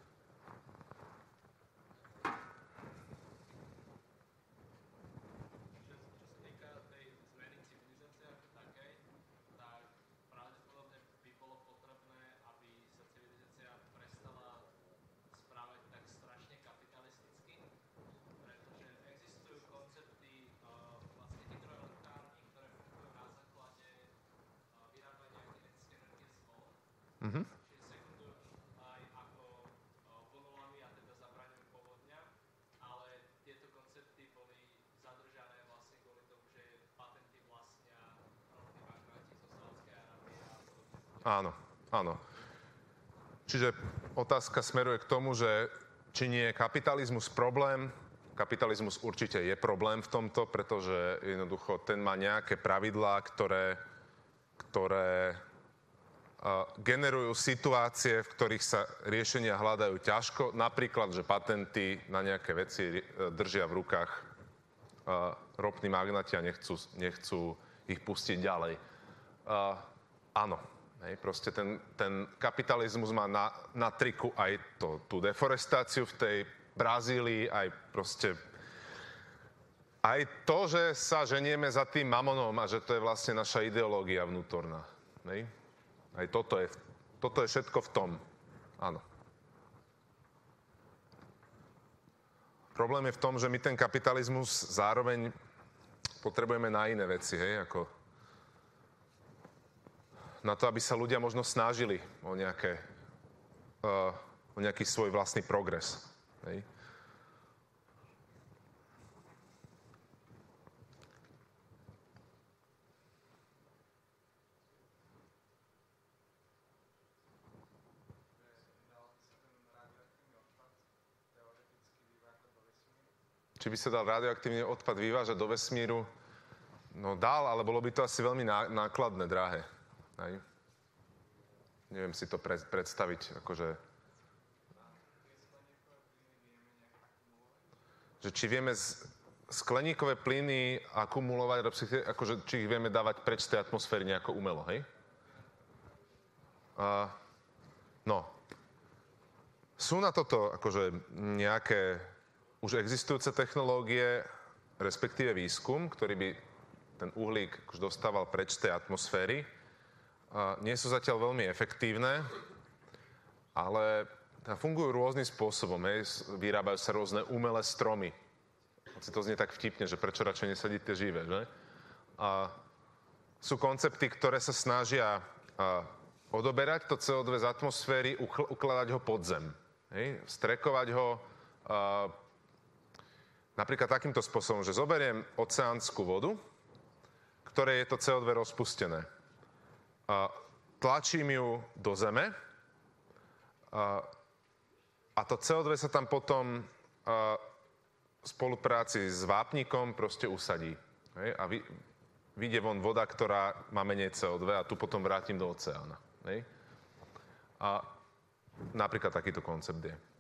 A: Mhm.
B: Aj ako vlnolami a teda zabraňujú povodňam, ale tieto koncepty boli zadržané vlastne kvôli tomu, že patenty vlastnia ropní magnáti zo Saúdskej Arábie a podobne.
A: Áno, áno. Čiže otázka smeruje k tomu, že či nie je kapitalizmus problém. Kapitalizmus určite je problém v tomto, pretože jednoducho ten má nejaké pravidlá, ktoré, ktoré Uh, generujú situácie, v ktorých sa riešenia hľadajú ťažko. Napríklad, že patenty na nejaké veci uh, držia v rukách uh, ropní magnáti a nechcú, nechcú ich pustiť ďalej. Uh, áno, hej, proste ten, ten kapitalizmus má na, na triku aj to, tú deforestáciu v tej Brazílii, aj proste aj to, že sa ženieme za tým mamonom a že to je vlastne naša ideológia vnútorná. Hej? Aj toto je, toto je všetko v tom. Áno. Problém je v tom, že my ten kapitalizmus zároveň potrebujeme na iné veci, hej, ako na to, aby sa ľudia možno snažili o nejaké, uh, o nejaký svoj vlastný progres, hej. Či by sa dal radioaktívny odpad vyvážať do vesmíru? No dal, ale bolo by to asi veľmi nákladné, drahé. Hej. Neviem si to pre, predstaviť, akože... Že či vieme z, skleníkové plyny akumulovať, akože či ich vieme dávať preč z tej atmosféry nejako umelo, hej? Uh, no. Sú na toto akože nejaké už existujúce technológie, respektíve výskum, ktorý by ten uhlík už dostával preč z tej atmosféry. Uh, nie sú zatiaľ veľmi efektívne, ale fungujú rôznym spôsobom. Hej. Vyrábajú sa rôzne umelé stromy. Si to znie tak vtipne, že prečo radšej nesadiť tie živé, že? Uh, sú koncepty, ktoré sa snažia uh, odoberať to cé ó dva z atmosféry, ukl- ukladať ho pod zem. Hej. Strekovať ho uh, napríklad takýmto spôsobom, že zoberiem oceánsku vodu, ktorej je to cé ó dva rozpustené. A tlačím ju do zeme a, a to cé ó dva sa tam potom a, v spolupráci s vápnikom proste usadí. Hej? A vy, vyjde von voda, ktorá má menej cé ó dva a tu potom vrátim do oceána. Hej? A napríklad takýto koncept je.